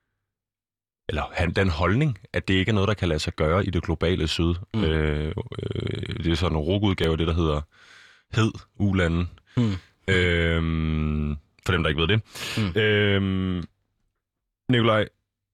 eller have den holdning, at det ikke er noget, der kan lade sig gøre i det globale syd. Mm. Øh, øh, det er sådan en rugudgave af det, der hedder hed ulande. Mm. Øh, for dem, der ikke ved det. Mm. Øh, Nikolaj,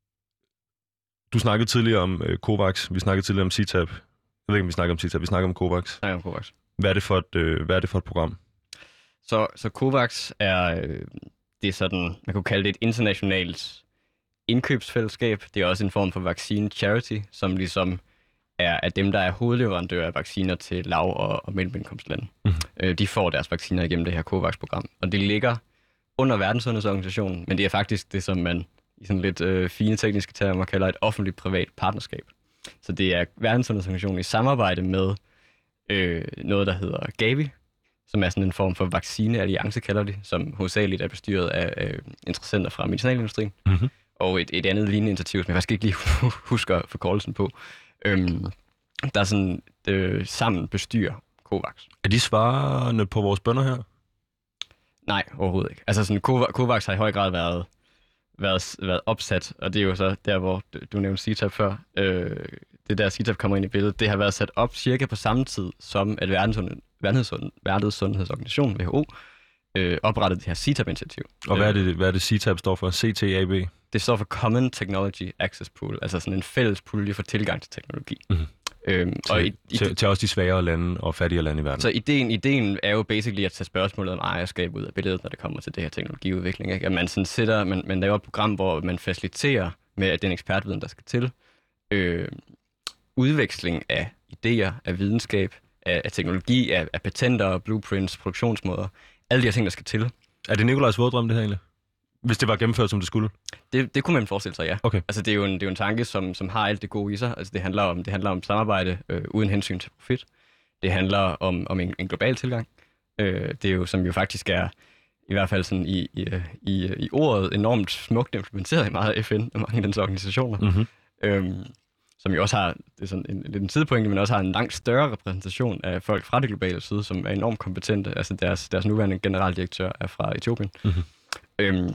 du snakkede tidligere om øh, COVAX, vi snakkede tidligere om C TAP. Jeg ved ikke, om vi snakker om C TAP, vi snakker om COVAX. Nej, om COVAX. Hvad er det for et, øh, hvad er det for et program? Så, så COVAX er, øh, det er sådan, man kunne kalde det et internationalt indkøbsfællesskab. Det er også en form for vaccine charity, som ligesom er, er dem, der er hovedleverandører af vacciner til lav- og, og mellemindkomstlande. Mm-hmm. Øh, de får deres vacciner igennem det her COVAX-program. Og det ligger under Verdenssundhedsorganisationen, men det er faktisk det, som man i sådan lidt øh, fine tekniske termer kalder et offentligt-privat partnerskab. Så det er Verdenssundhedsorganisationen i samarbejde med øh, noget, der hedder Gavi, som er sådan en form for vaccinealliance, kalder de, som hovedsageligt er bestyret af øh, interessenter fra medicinalindustrien. Mm-hmm. Og et, et andet lignende initiativ, som jeg faktisk ikke lige husker forkortelsen på, øhm, der sådan øh, sammen bestyrer COVAX. Er de svarende på vores bønder her? Nej, overhovedet ikke. Altså sådan, COVAX har i høj grad været, været, været opsat, og det er jo så der, hvor du nævnte C TAP før. Øh, det der C TAP kommer ind i billedet, det har været sat op cirka på samme tid, som at Verdenssundhedsorganisationen, W H O, øh, oprettede det her C TAP-initiativ. Og hvad er det, hvad er det C TAP står for? C T A B? Det står for Common Technology Access Pool, altså sådan en fælles pulje for tilgang til teknologi. Mm-hmm. Øhm, til, og i, i, til, til også de svagere lande og fattigere lande i verden. Så ideen, ideen er jo basically at tage spørgsmålet om ejerskab ud af billedet, når det kommer til det her teknologiudvikling. Ikke? At man, sådan sætter, man, man laver et program, hvor man faciliterer med den ekspertviden, der skal til, øh, udveksling af idéer, af videnskab, af, af teknologi, af, af patenter, blueprints, produktionsmåder, alle de her ting, der skal til. Er det Nikolajs våddrøm, det her egentlig? Hvis det var gennemført, som det skulle? Det, det kunne man forestille sig, ja. Okay. Altså, det er jo en, det er jo en tanke, som, som har alt det gode i sig. Altså, det handler om, det handler om samarbejde øh, uden hensyn til profit. Det handler om, om en, en global tilgang. Øh, det er jo, som jo faktisk er, i hvert fald sådan i, i, i, i ordet, enormt smukt implementeret i meget af F N og mange af dens organisationer. Mm-hmm. Øhm, som jo også har, det er sådan en, lidt en sidepointe, men også har en langt større repræsentation af folk fra det globale syd, som er enormt kompetente. Altså, deres, deres nuværende generaldirektør er fra Etiopien. Mm-hmm. Øhm,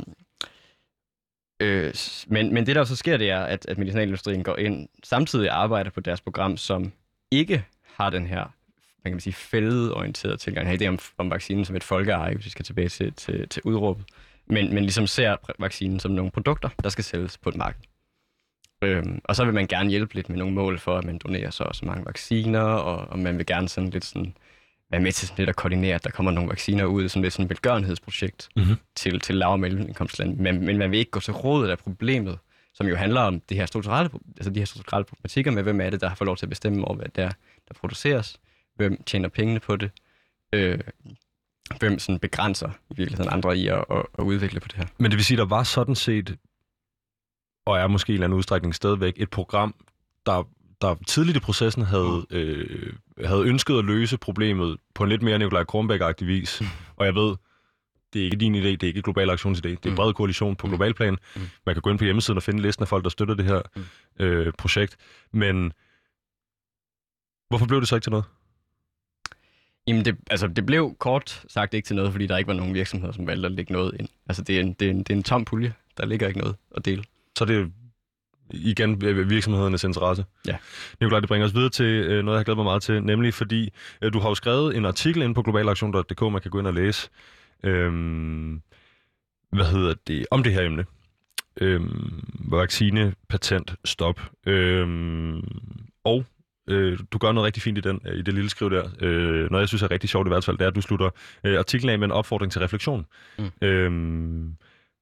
øh, men, men det, der så sker, det er, at, at medicinalindustrien går ind, samtidig arbejder på deres program, som ikke har den her, man kan sige, fældeorienterede tilgang. Her idé om, om vaccinen som et folkeeje, hvis vi skal tilbage til, til, til udråbet. men, men ligesom ser vaccinen som nogle produkter, der skal sælges på et marked. Øhm, og så vil man gerne hjælpe lidt med nogle mål for, at man donerer så også mange vacciner, og, og man vil gerne sådan lidt sådan være med til sådan lidt at koordinere, at der kommer nogle vacciner ud, som lidt sådan et velgørenhedsprojekt mm-hmm. til, til lav- og mellemindkomstlande. Men, men man vil ikke gå til rodet af problemet, som jo handler om det her strukturelle, altså de her strukturelle problematikker med, hvem er det, der har fået lov til at bestemme over, hvad det er, der produceres, hvem tjener pengene på det, øh, hvem sådan begrænser i virkeligheden andre i at, at, at udvikle på det her. Men det vil sige, der var sådan set, og er måske i en eller anden udstrækning stadigvæk, et program, der, der tidligt i processen havde, øh, havde ønsket at løse problemet på en lidt mere Nikolaj Kronbæk-agtig vis. Mm. Og jeg ved, det er ikke din idé, det er ikke Global Aktions idé, det er en bred koalition på global plan. Mm. Man kan gå ind på hjemmesiden og finde listen af folk, der støtter det her mm. øh, projekt. Men hvorfor blev det så ikke til noget? Jamen, det, altså, det blev kort sagt ikke til noget, fordi der ikke var nogen virksomheder, som valgte at lægge noget ind. Altså, det er en, det er en, det er en tom pulje. Der ligger ikke noget at dele. Så det er igen virksomhedernes interesse. Ja. Nikolaj, det bringer os videre til øh, noget, jeg glæder mig meget til, nemlig fordi øh, du har jo skrevet en artikel inde på globalaktion punktum d k, man kan gå ind og læse, øhm, hvad hedder det, om det her emne. Øhm, vaccine, patent, stop. Øhm, og øh, du gør noget rigtig fint i, den, i det lille skriv der. Øh, noget, jeg synes er rigtig sjovt i hvert fald, det er, at du slutter øh, artiklen af med en opfordring til refleksion. Mm. Øhm,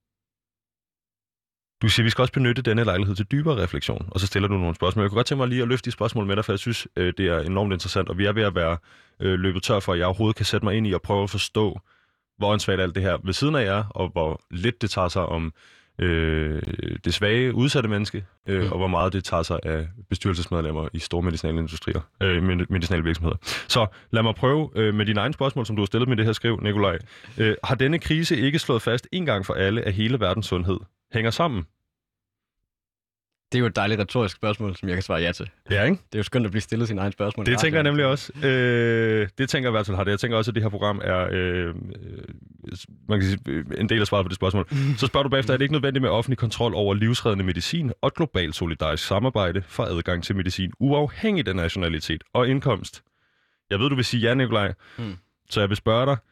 Du siger, at vi skal også benytte denne lejlighed til dybere refleksion, og så stiller du nogle spørgsmål. Jeg kunne godt tænke mig lige at løfte de spørgsmål med dig, for jeg synes, det er enormt interessant, og vi er ved at være øh, løbet tør for, at jeg overhovedet kan sætte mig ind i og prøve at forstå, hvor ansvaret alt det her ved siden af jer, og hvor lidt det tager sig om øh, det svage, udsatte menneske, øh, mm. og hvor meget det tager sig af bestyrelsesmedlemmer i store medicinale industrier, øh, medicinale virksomheder. Så lad mig prøve øh, med dine egne spørgsmål, som du har stillet med det her skriv, Nikolaj. Øh, har denne krise ikke slået fast en gang for alle, at hele verdens sundhed hænger sammen? Det er jo et dejligt retorisk spørgsmål, som jeg kan svare ja til. Ja, ikke? Det er jo skønt at blive stillet sine egne spørgsmål. Det tænker jeg nemlig også. Øh, det tænker jeg i hvert fald har det. Jeg tænker også, at det her program er øh, man kan sige, en del af svaret på det spørgsmål. Så spørger du bagefter, er det ikke nødvendigt med offentlig kontrol over livsreddende medicin og et globalt solidarisk samarbejde for adgang til medicin, uafhængigt af nationalitet og indkomst? Jeg ved, du vil sige ja, Nikolaj. Mm. Så jeg vil spørge dig,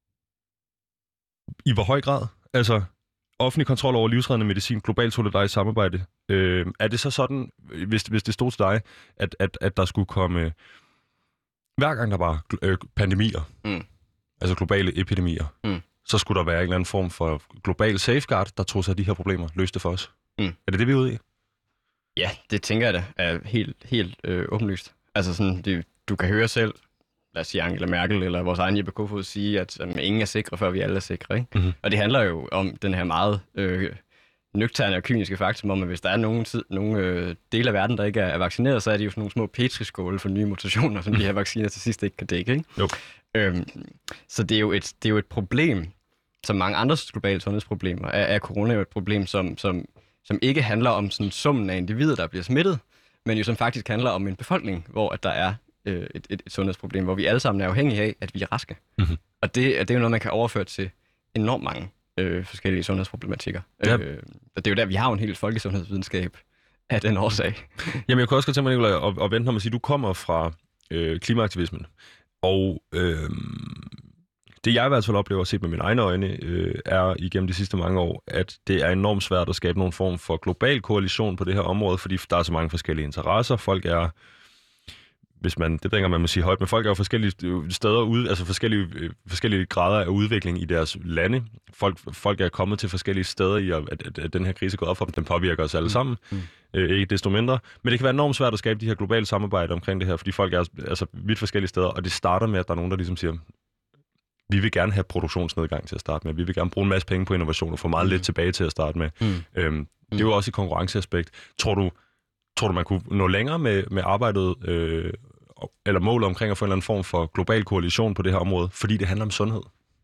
i hvor høj grad? Altså, offentlig kontrol over livsreddende medicin, globalt solidarisk samarbejde. Øh, er det så sådan, hvis, hvis det stod til dig, at, at, at der skulle komme, hver gang der var øh, pandemier, mm. altså globale epidemier, mm. så skulle der være en eller anden form for global safeguard, der tog sig af de her problemer, løste for os? Mm. Er det det, vi er ude i? Ja, det tænker jeg da er helt, helt øh, åbenlyst. Altså sådan, det, du kan høre selv, lad os sige Angela Merkel eller vores egen Jeppe Kofod sige, at um, ingen er sikre, før vi alle er sikre. Ikke? Mm-hmm. Og det handler jo om den her meget øh, nøgterne og kyniske faktum om, at hvis der er nogen, tid, nogen øh, dele af verden, der ikke er, er vaccineret, så er det jo sådan nogle små petriskåle for nye mutationer, som de her vacciner til sidst ikke kan dække. Ikke? Jo. Øhm, så det er, jo et, det er jo et problem, som mange andre globale sundhedsproblemer, er, er corona jo et problem, som, som, som ikke handler om sådan summen af individer, der bliver smittet, men jo som faktisk handler om en befolkning, hvor at der er Et, et, et sundhedsproblem, hvor vi alle sammen er afhængige af, at vi er raske. Mm-hmm. Og det, det er jo noget, man kan overføre til enormt mange øh, forskellige sundhedsproblematikker. Ja. Øh, og det er jo der, vi har jo en hel folkesundhedsvidenskab af den årsag. Jamen, jeg kunne også godt tænke mig, Nicolaj, at, at vente om at sige, at du kommer fra øh, klimaaktivismen. Og øh, det, jeg i hvert fald oplever at se med mine egne øjne, øh, er igennem de sidste mange år, at det er enormt svært at skabe nogen form for global koalition på det her område, fordi der er så mange forskellige interesser. Folk er hvis man, det tænker man må sige højt, men folk er jo forskellige steder ude, altså forskellige, forskellige grader af udvikling i deres lande. Folk, folk er kommet til forskellige steder i, at, at, at den her krise går op for dem. Den påvirker os alle sammen, mm. øh, ikke desto mindre. Men det kan være enormt svært at skabe de her globale samarbejder omkring det her, fordi folk er altså vidt forskellige steder, og det starter med, at der er nogen, der ligesom siger, vi vil gerne have produktionsnedgang til at starte med. Vi vil gerne bruge en masse penge på innovation og få meget mm. lidt tilbage til at starte med. Mm. Øhm, det er jo også et konkurrenceaspekt. Tror du, tror du man kunne nå længere med, med arbejdet øh, eller målet omkring at få en eller anden form for global koalition på det her område, fordi det handler om sundhed?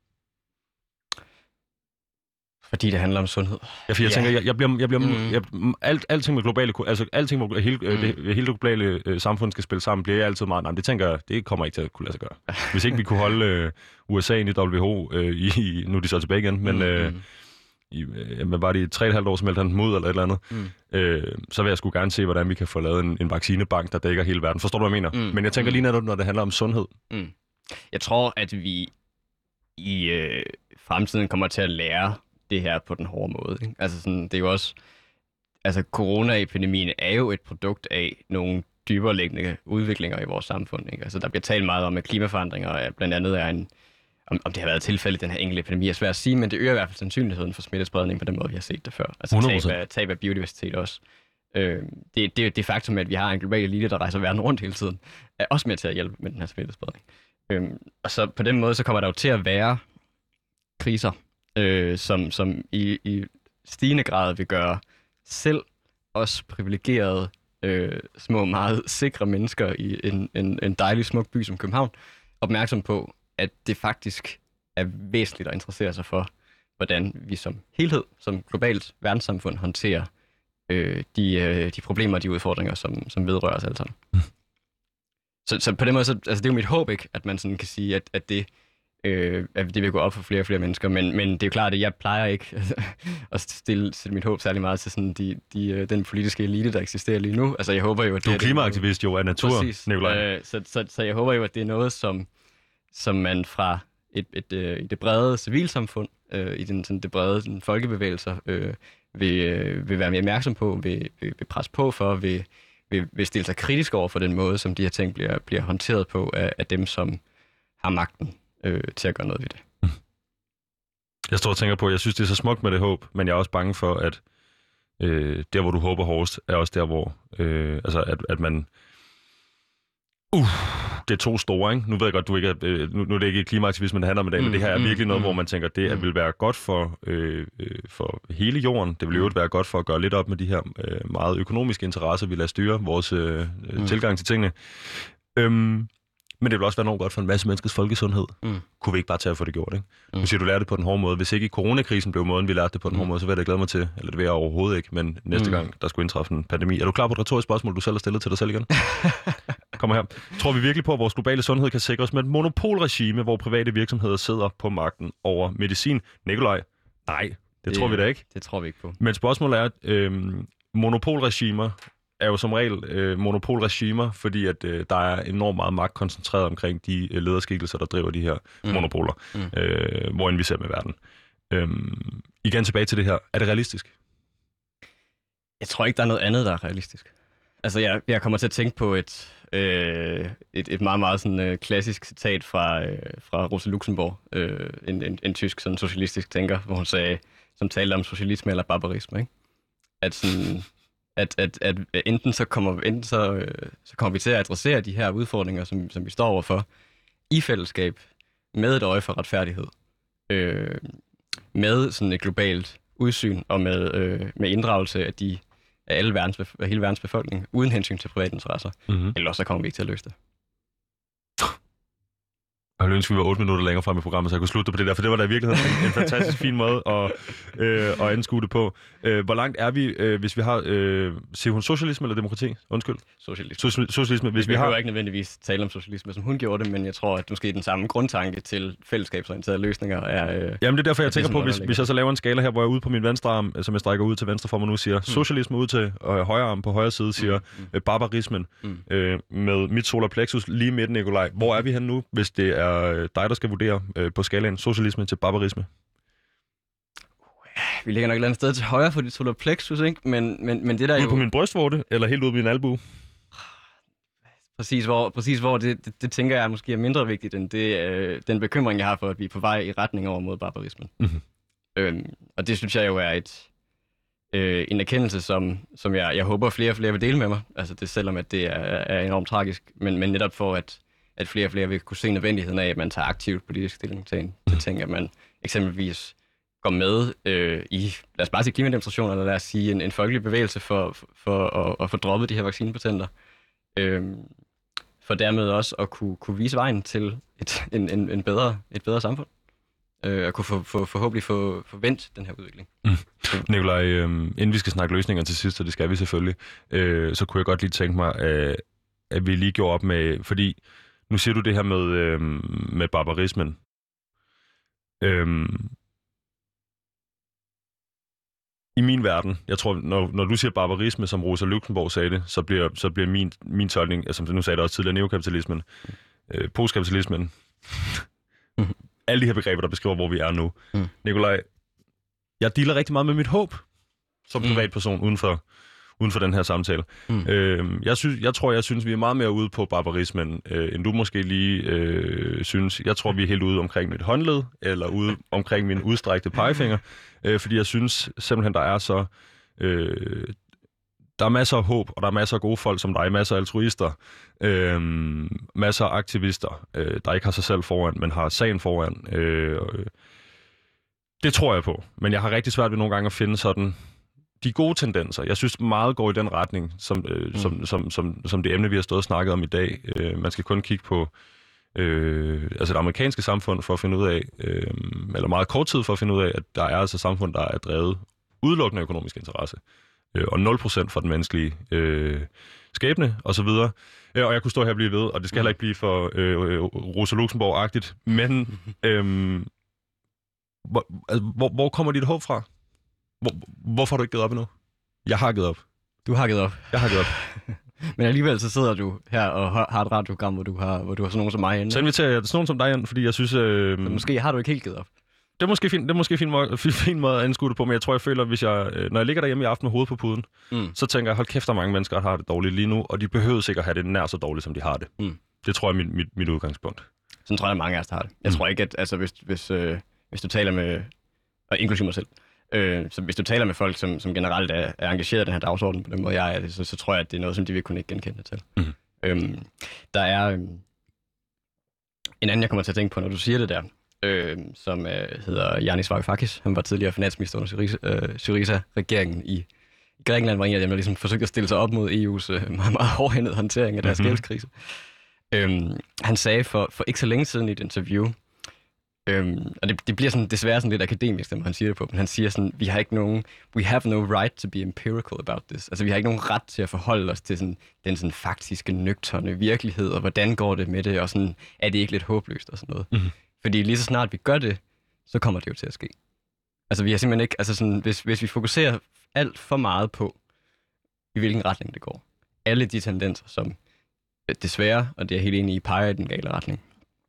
Fordi det handler om sundhed. Ja, for jeg yeah. tænker, jeg, jeg bliver, jeg bliver mm. jeg, alt, alting med globale, altså alting, hvor hele, mm. det, hele det globale øh, samfund skal spille sammen, bliver jeg altid meget, nej, det tænker jeg, det kommer ikke til at kunne lade sig gøre. Hvis ikke vi kunne holde øh, U S A ind i W H, øh, i, nu er de så tilbage igen, men øh, i, øh, var det i tre og et halvt år, så meldte han dem ud, eller et eller andet, mm. øh, så vil jeg sgu gerne se, hvordan vi kan få lavet en, en vaccinebank, der dækker hele verden. Forstår du, hvad jeg mener? Mm. Men jeg tænker lige netop, når det handler om sundhed. Mm. Jeg tror, at vi i øh, fremtiden kommer til at lære det her på den hårde måde. Ikke? Altså sådan, det er jo også... Altså, coronaepidemien er jo et produkt af nogle dybere liggende udviklinger i vores samfund. Ikke? Altså, der bliver talt meget om, at klimaforandringer er, blandt andet er en... Om, om det har været tilfældet i den her enkelte epidemi er svært at sige, men det øger i hvert fald sandsynligheden for smittespredning på den måde, vi har set det før. Altså tab af, tab af biodiversitet også. Øh, det, det, det faktum, at vi har en global elite, der rejser verden rundt hele tiden, er også med til at hjælpe med den her smittespredning. Øh, og så på den måde, så kommer der jo til at være kriser, øh, som, som i, i stigende grad vil gøre selv os privilegerede, øh, små, meget sikre mennesker i en, en, en dejlig, smuk by som København, opmærksom på, at det faktisk er væsentligt at interessere sig for, hvordan vi som helhed, som globalt verdenssamfund, håndterer øh, de, øh, de problemer og de udfordringer, som, som vedrører os alle sammen. Mm. Så, så på den måde, så, altså det er jo mit håb, ikke, at man sådan kan sige, at, at, det, øh, at det vil gå op for flere og flere mennesker, men, men det er jo klart, at jeg plejer ikke at stille, stille mit håb særlig meget til sådan de, de, den politiske elite, der eksisterer lige nu. Altså jeg håber jo, at du er klimaaktivist jo af natur, Nikolaj. Øh, så, så, så jeg håber jo, at det er noget, som som man fra et, et, et, et, det brede civilsamfund, øh, i den, sådan det brede den folkebevægelser, øh, vil, øh, vil være mere opmærksom på, vil, vil, vil presse på for, vil, vil, vil stille sig kritisk over for den måde, som de her ting bliver, bliver håndteret på af, af dem, som har magten øh, til at gøre noget ved det. Jeg står og tænker på, jeg synes, det er så smukt med det håb, men jeg er også bange for, at øh, der, hvor du håber hårdest, er også der, hvor øh, altså, at, at man... Uh, det er to store, ikke? Nu ved jeg godt, du ikke er, øh, nu, nu er det ikke klimaaktivismen, det handler om i dag, mm, men det her er virkelig noget, mm, hvor man tænker, det mm. vil være godt for, øh, øh, for hele jorden. Det vil jo være godt for at gøre lidt op med de her øh, meget økonomiske interesser, vi lader styre vores øh, mm. tilgang til tingene. Øhm, men det vil også være noget godt for en masse menneskers folkesundhed. Mm. Kunne vi ikke bare tage at få det gjort, ikke? Mm. Du siger, du lærte det på den hårde måde. Hvis ikke i coronakrisen blev måden, vi lærte det på den hårde mm. måde, så vil jeg da glæde mig til, eller det vil jeg overhovedet ikke, men næste mm. gang, der skulle indtræffe en pandemi. Er du klar på et retorisk spørgsmål, du selv har stillet til dig selv igen? Kommer her. Tror vi virkelig på, at vores globale sundhed kan sikres med et monopolregime, hvor private virksomheder sidder på magten over medicin? Nikolaj? Nej, det, det tror vi da ikke. Det tror vi ikke på. Men spørgsmålet er, at øh, monopolregimer er jo som regel øh, monopolregimer, fordi at øh, der er enormt meget magt koncentreret omkring de øh, lederskikkelser, der driver de her mm. monopoler, mm. øh, hvorend vi ser med verden. Øhm, igen tilbage til det her. Er det realistisk? Jeg tror ikke, der er noget andet, der er realistisk. Altså, jeg, jeg kommer til at tænke på et, øh, et, et meget, meget sådan, øh, klassisk citat fra, øh, fra Rosa Luxemburg, øh, en, en, en tysk sådan, socialistisk tænker, hvor hun sagde, som talte om socialisme eller barbarisme, ikke? At sådan... At, at, at enten, så kommer, enten så, øh, så kommer vi til at adressere de her udfordringer, som, som vi står overfor, i fællesskab, med et øje for retfærdighed, øh, med sådan et globalt udsyn, og med, øh, med inddragelse af, de, af, alle verdens, af hele verdens befolkning, uden hensyn til private interesser. Mm-hmm. Ellers så kommer vi ikke til at løse det. Jeg ville ønske, vi var otte minutter længere frem i programmet, så jeg kunne slutte på det der, for det var da i virkeligheden en, en fantastisk fin måde at, øh, at anskue det på. Øh, hvor langt er vi, øh, hvis vi har... Øh, siger hun socialisme eller demokrati? Undskyld. Socialisme. So- socialisme. Hvis vi, vi har... behøver ikke nødvendigvis tale om socialisme, som hun gjorde det, men jeg tror, at måske den samme grundtanke til fællesskabsorienterede løsninger er... Øh, Jamen det er derfor, jeg tænker på, hvis, hvis jeg så laver en skala her, hvor jeg er ude på min venstre arm, som jeg strækker ud til venstre for mig nu, siger mm. socialisme ud til øh, højre arm på højre side, siger mm. øh, barbarismen mm. øh, med mit solar plexus lige midt, Nikolaj. Hvor er vi hen nu, hvis det er øh, dig, der skal vurdere øh, på skalaen socialisme til barbarisme? Vi ligger nok et eller andet sted til højre for dit solar plexus, ikke? Men, men, men det der ude jo... på min brystvorte, eller helt ude på min albue? Præcis hvor, præcis hvor det, det, det tænker jeg måske er mindre vigtigt, end det, øh, den bekymring, jeg har for, at vi er på vej i retning over mod barbarismen. Mm-hmm. Øhm, og det synes jeg jo er et, øh, en erkendelse, som, som jeg, jeg håber, flere og flere vil dele med mig. Altså det, selvom at det er, er enormt tragisk, men, men netop for, at at flere og flere vil kunne se nødvendigheden af, at man tager aktivt politisk stilling til en til ting, at man eksempelvis går med øh, i, lad os bare sige klimademonstrationer, eller lad os sige en, en folkelig bevægelse for, for, for at, at få droppet de her vaccinepatenter. Øh, for dermed også at kunne, kunne vise vejen til et, en, en, en bedre, et bedre samfund. Øh, at kunne for, for, forhåbentlig få, få vendt den her udvikling. Mm. Nikolaj, øh, inden vi skal snakke løsninger til sidst, og det skal vi selvfølgelig, øh, så kunne jeg godt lige tænke mig, øh, at vi lige gjorde op med, fordi nu siger du det her med, øh, med barbarismen. Øhm, I min verden, jeg tror, når, når du siger barbarisme, som Rosa Luxemburg sagde det, så bliver, så bliver min, min tolkning, altså, som du nu sagde det også tidligere, neokapitalismen, øh, postkapitalismen, mm. alle de her begreber, der beskriver, hvor vi er nu. Mm. Nikolaj, jeg dealer rigtig meget med mit håb som privatperson uden for, uden for den her samtale. Mm. Øh, jeg, synes, jeg tror, jeg synes, vi er meget mere ude på barbarismen, øh, end du måske lige øh, synes. Jeg tror, vi er helt ude omkring mit håndled, eller ude omkring min udstrakte pegefinger, øh, fordi jeg synes simpelthen, der er så... Øh, der er masser af håb, og der er masser af gode folk som dig, masser af altruister, øh, masser af aktivister, øh, der ikke har sig selv foran, men har sagen foran. Øh, det tror jeg på, men jeg har rigtig svært ved nogle gange at finde sådan de gode tendenser. Jeg synes meget går i den retning, som, øh, mm. som, som, som, som det emne, vi har stået og snakket om i dag. Øh, man skal kun kigge på øh, altså det amerikanske samfund for at finde ud af, øh, eller meget kort tid for at finde ud af, at der er altså samfund, der er drevet udelukkende økonomisk interesse. Og nul procent for den menneskelige øh, skæbne, og så videre. Og jeg kunne stå her og blive ved, og det skal heller ikke blive for øh, Rosa Luxemburg-agtigt, men øh, hvor, altså, hvor, hvor kommer dit håb fra? Hvor, hvorfor har du ikke givet op endnu? Jeg har givet op. Du har givet op. Jeg har givet op. Men alligevel så sidder du her og har et radioprogram, hvor du har, hvor du har sådan nogen som mig inde. Så inviterer jeg sådan nogen som dig ind, fordi jeg synes... Øh, så måske har du ikke helt givet op. Det er måske fint, det er måske fin måde, fin måde at anskue det på, men jeg tror, jeg føler, hvis jeg, når jeg ligger derhjemme i aften med hovedet på puden, mm. så tænker jeg, hold kæft, der er mange mennesker, der har det dårligt lige nu, og de behøver sikkert have det nær så dårligt, som de har det. Mm. Det tror jeg er mit, mit, mit udgangspunkt. Sådan tror jeg, at mange af os har det. Jeg mm. tror ikke, at altså, hvis, hvis, øh, hvis du taler med, og inklusive mig selv, øh, så hvis du taler med folk, som, som generelt er, er engageret i den her dagsorden på den måde, jeg er det, så, så tror jeg, at det er noget, som de vil kunne ikke genkende til. Mm. Øhm, der er øh, en anden, jeg kommer til at tænke på, når du siger det der, Øh, som øh, hedder Yanis Varoufakis. Han var tidligere finansminister under Syriza, øh, Syriza-regeringen i, i Grækenland, var en af dem, der ligesom forsøgte at stille sig op mod E U's øh, meget, meget hårdhændede håndtering af deres mm-hmm. gældskrise. Øhm, han sagde for, for ikke så længe siden i et interview, øhm, og det, det bliver sådan, desværre sådan lidt akademisk, når han siger det på, men han siger sådan, vi har ikke nogen, we have no right to be empirical about this. Altså vi har ikke nogen ret til at forholde os til sådan, den sådan faktiske, nøgterne virkelighed, og hvordan går det med det, og sådan, er det ikke lidt håbløst og sådan noget. Mm-hmm. Fordi lige så snart vi gør det, så kommer det jo til at ske. Altså vi har simpelthen ikke, altså sådan, hvis, hvis vi fokuserer alt for meget på, i hvilken retning det går. Alle de tendenser, som desværre, og det er jeg helt enig i, peger i den gale retning,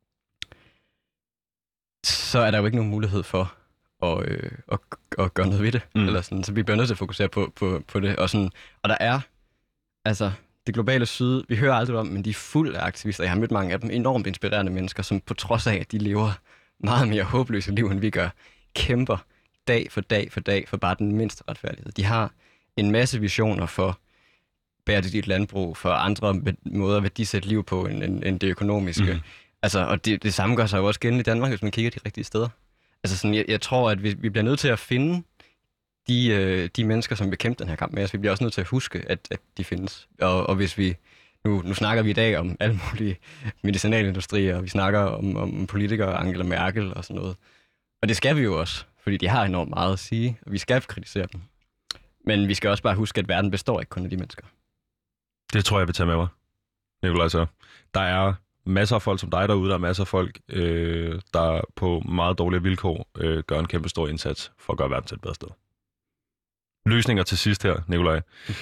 så er der jo ikke nogen mulighed for at, øh, at, at gøre noget ved det. Mm. Eller sådan, så vi bliver nødt til at fokusere på, på, på det. Og, sådan, og der er, altså det globale syd, vi hører aldrig om, men de er fuld af aktivister. Jeg har mødt mange af dem, enormt inspirerende mennesker, som på trods af, at de lever meget mere håbløse liv, end vi gør, kæmper dag for dag for dag for bare den mindste retfærdighed. De har en masse visioner for bæredygtigt landbrug, for andre måder at værdisætte liv på, end, end, end det økonomiske. Mm. Altså, og det, det samme gør sig jo også gældende i Danmark, hvis man kigger de rigtige steder. Altså sådan, jeg, jeg tror, at vi, vi bliver nødt til at finde de, øh, de mennesker, som vil kæmpe den her kamp med os. Vi bliver også nødt til at huske, at, at de findes. Og, og hvis vi... Nu, nu snakker vi i dag om alle mulige medicinalindustrier, og vi snakker om, om politikere, Angela Merkel og sådan noget. Og det skal vi jo også, fordi de har enormt meget at sige, og vi skal kritisere dem. Men vi skal også bare huske, at verden består ikke kun af de mennesker. Det tror jeg, jeg vil tage med mig, Nikolaj. Så der er masser af folk som dig derude, der er masser af folk, øh, der på meget dårlige vilkår øh, gør en kæmpe stor indsats for at gøre verden til et bedre sted. Løsninger til sidst her, Nikolaj. Mm.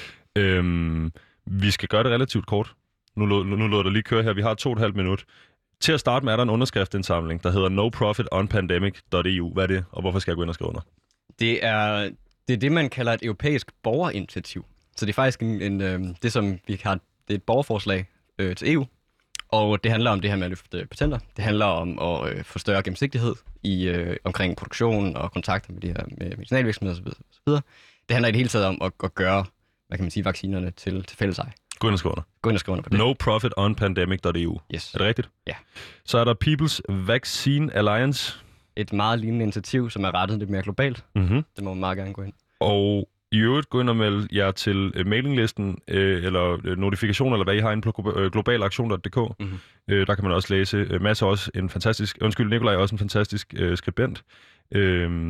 Øhm, vi skal gøre det relativt kort. Nu lå, nu lå der lige køre her. Vi har to og et halvt minut. Til at starte med er der en underskriftsindsamling, der hedder no profit on pandemic punktum e u. Hvad er det, og hvorfor skal jeg gå ind og skrive under? Det er det, er det man kalder et europæisk borgerinitiativ. Så det er faktisk en, en, øh, det, som vi har, det er et borgerforslag øh, til E U, og det handler om det her med at løfte patenter. Det handler om at øh, få større gennemsigtighed i, øh, omkring produktion og kontakter med de her med medicinalvirksomheder osv. osv. Det handler i det hele taget om at, at gøre, hvad kan man sige, vaccinerne til, til fælles eje. Gå ind og skrive under. Gå ind og skrive under på det. No profit on pandemic punktum e u. Yes. Er det rigtigt? Ja. Så er der People's Vaccine Alliance. Et meget lignende initiativ, som er rettet lidt mere globalt. Mm-hmm. Det må man meget gerne gå ind. Og i øvrigt gå ind og melde jer til uh, mailinglisten, uh, eller uh, notifikationer, eller hvad I har inde på uh, globalaktion punktum d k. Mm-hmm. Uh, der kan man også læse. Uh, Mads er også en fantastisk, undskyld, Nikolaj er også en fantastisk uh, skribent. Uh,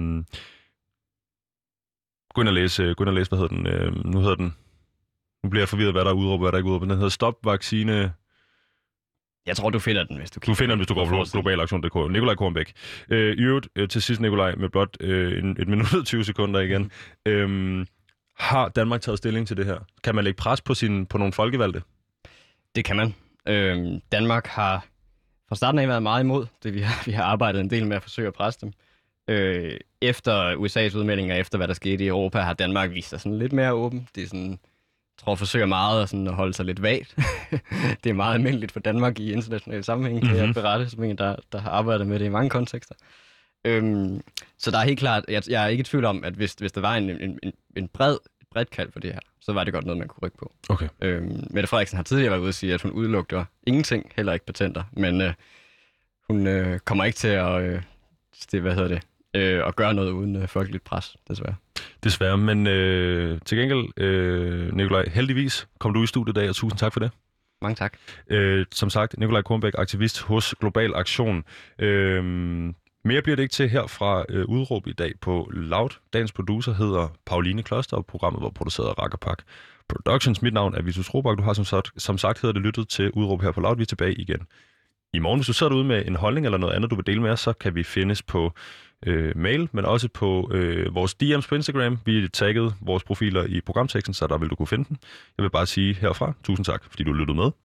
gå ind og læse, gå ind og læse, hvad hedder den? Uh, nu hedder den, nu bliver jeg forvirret, hvad der er udråbt, hvad der ikke er udråbt. Den hedder Stop Vaccine... Jeg tror, du finder den, hvis du Du finder den, hvis du går på globalaktion punktum d k. Nikolaj Kornbæk. Øh, I øvrigt, øh, til sidst, Nikolaj, med blot øh, en, et minut og tyve sekunder igen. Øhm, har Danmark taget stilling til det her? Kan man lægge pres på, sin, på nogle folkevalgte? Det kan man. Øhm, Danmark har fra starten af været meget imod det. Vi har, vi har arbejdet en del med at forsøge at presse dem. Øh, efter U S A's udmeldinger, efter hvad der skete i Europa, har Danmark vist sig sådan lidt mere åben. Det er sådan, jeg tror, forsøger meget at, sådan, at holde sig lidt vagt. Det er meget almindeligt for Danmark i international sammenhæng, kan mm-hmm. jeg berette, som en, der, der har arbejdet med det i mange kontekster. Øhm, så der er helt klart, jeg, jeg er ikke i tvivl om, at hvis, hvis der var en, en, en, en bred, bredt kald for det her, så var det godt noget, man kunne rykke på. Okay. Øhm, Mette Frederiksen har tidligere været ude at sige, at hun udelukker ingenting, heller ikke patenter, men øh, hun øh, kommer ikke til at, øh, det, hvad hedder det, øh, at gøre noget uden øh, folkeligt pres, desværre. Desværre, men øh, til gengæld, øh, Nikolaj, heldigvis kom du i studiet i dag, og tusind tak for det. Mange tak. Øh, som sagt, Nikolaj Kornbæk, aktivist hos Global Aktion. Øh, mere bliver det ikke til her fra øh, Udråb i dag på Loud. Dagens producer hedder Pauline Kloster, og programmet var produceret af Rakkerpak Productions. Mit navn er Vitus Robak. Du har som sagt, som sagt hedder det lyttet til Udråb her på Loud. Vi er tilbage igen i morgen. Hvis du sidder derude med en holdning eller noget andet, du vil dele med os, så kan vi findes på øh, mail, men også på øh, vores D M's på Instagram. Vi har tagget vores profiler i programteksten, så der vil du kunne finde den. Jeg vil bare sige herfra, tusind tak, fordi du lyttede med.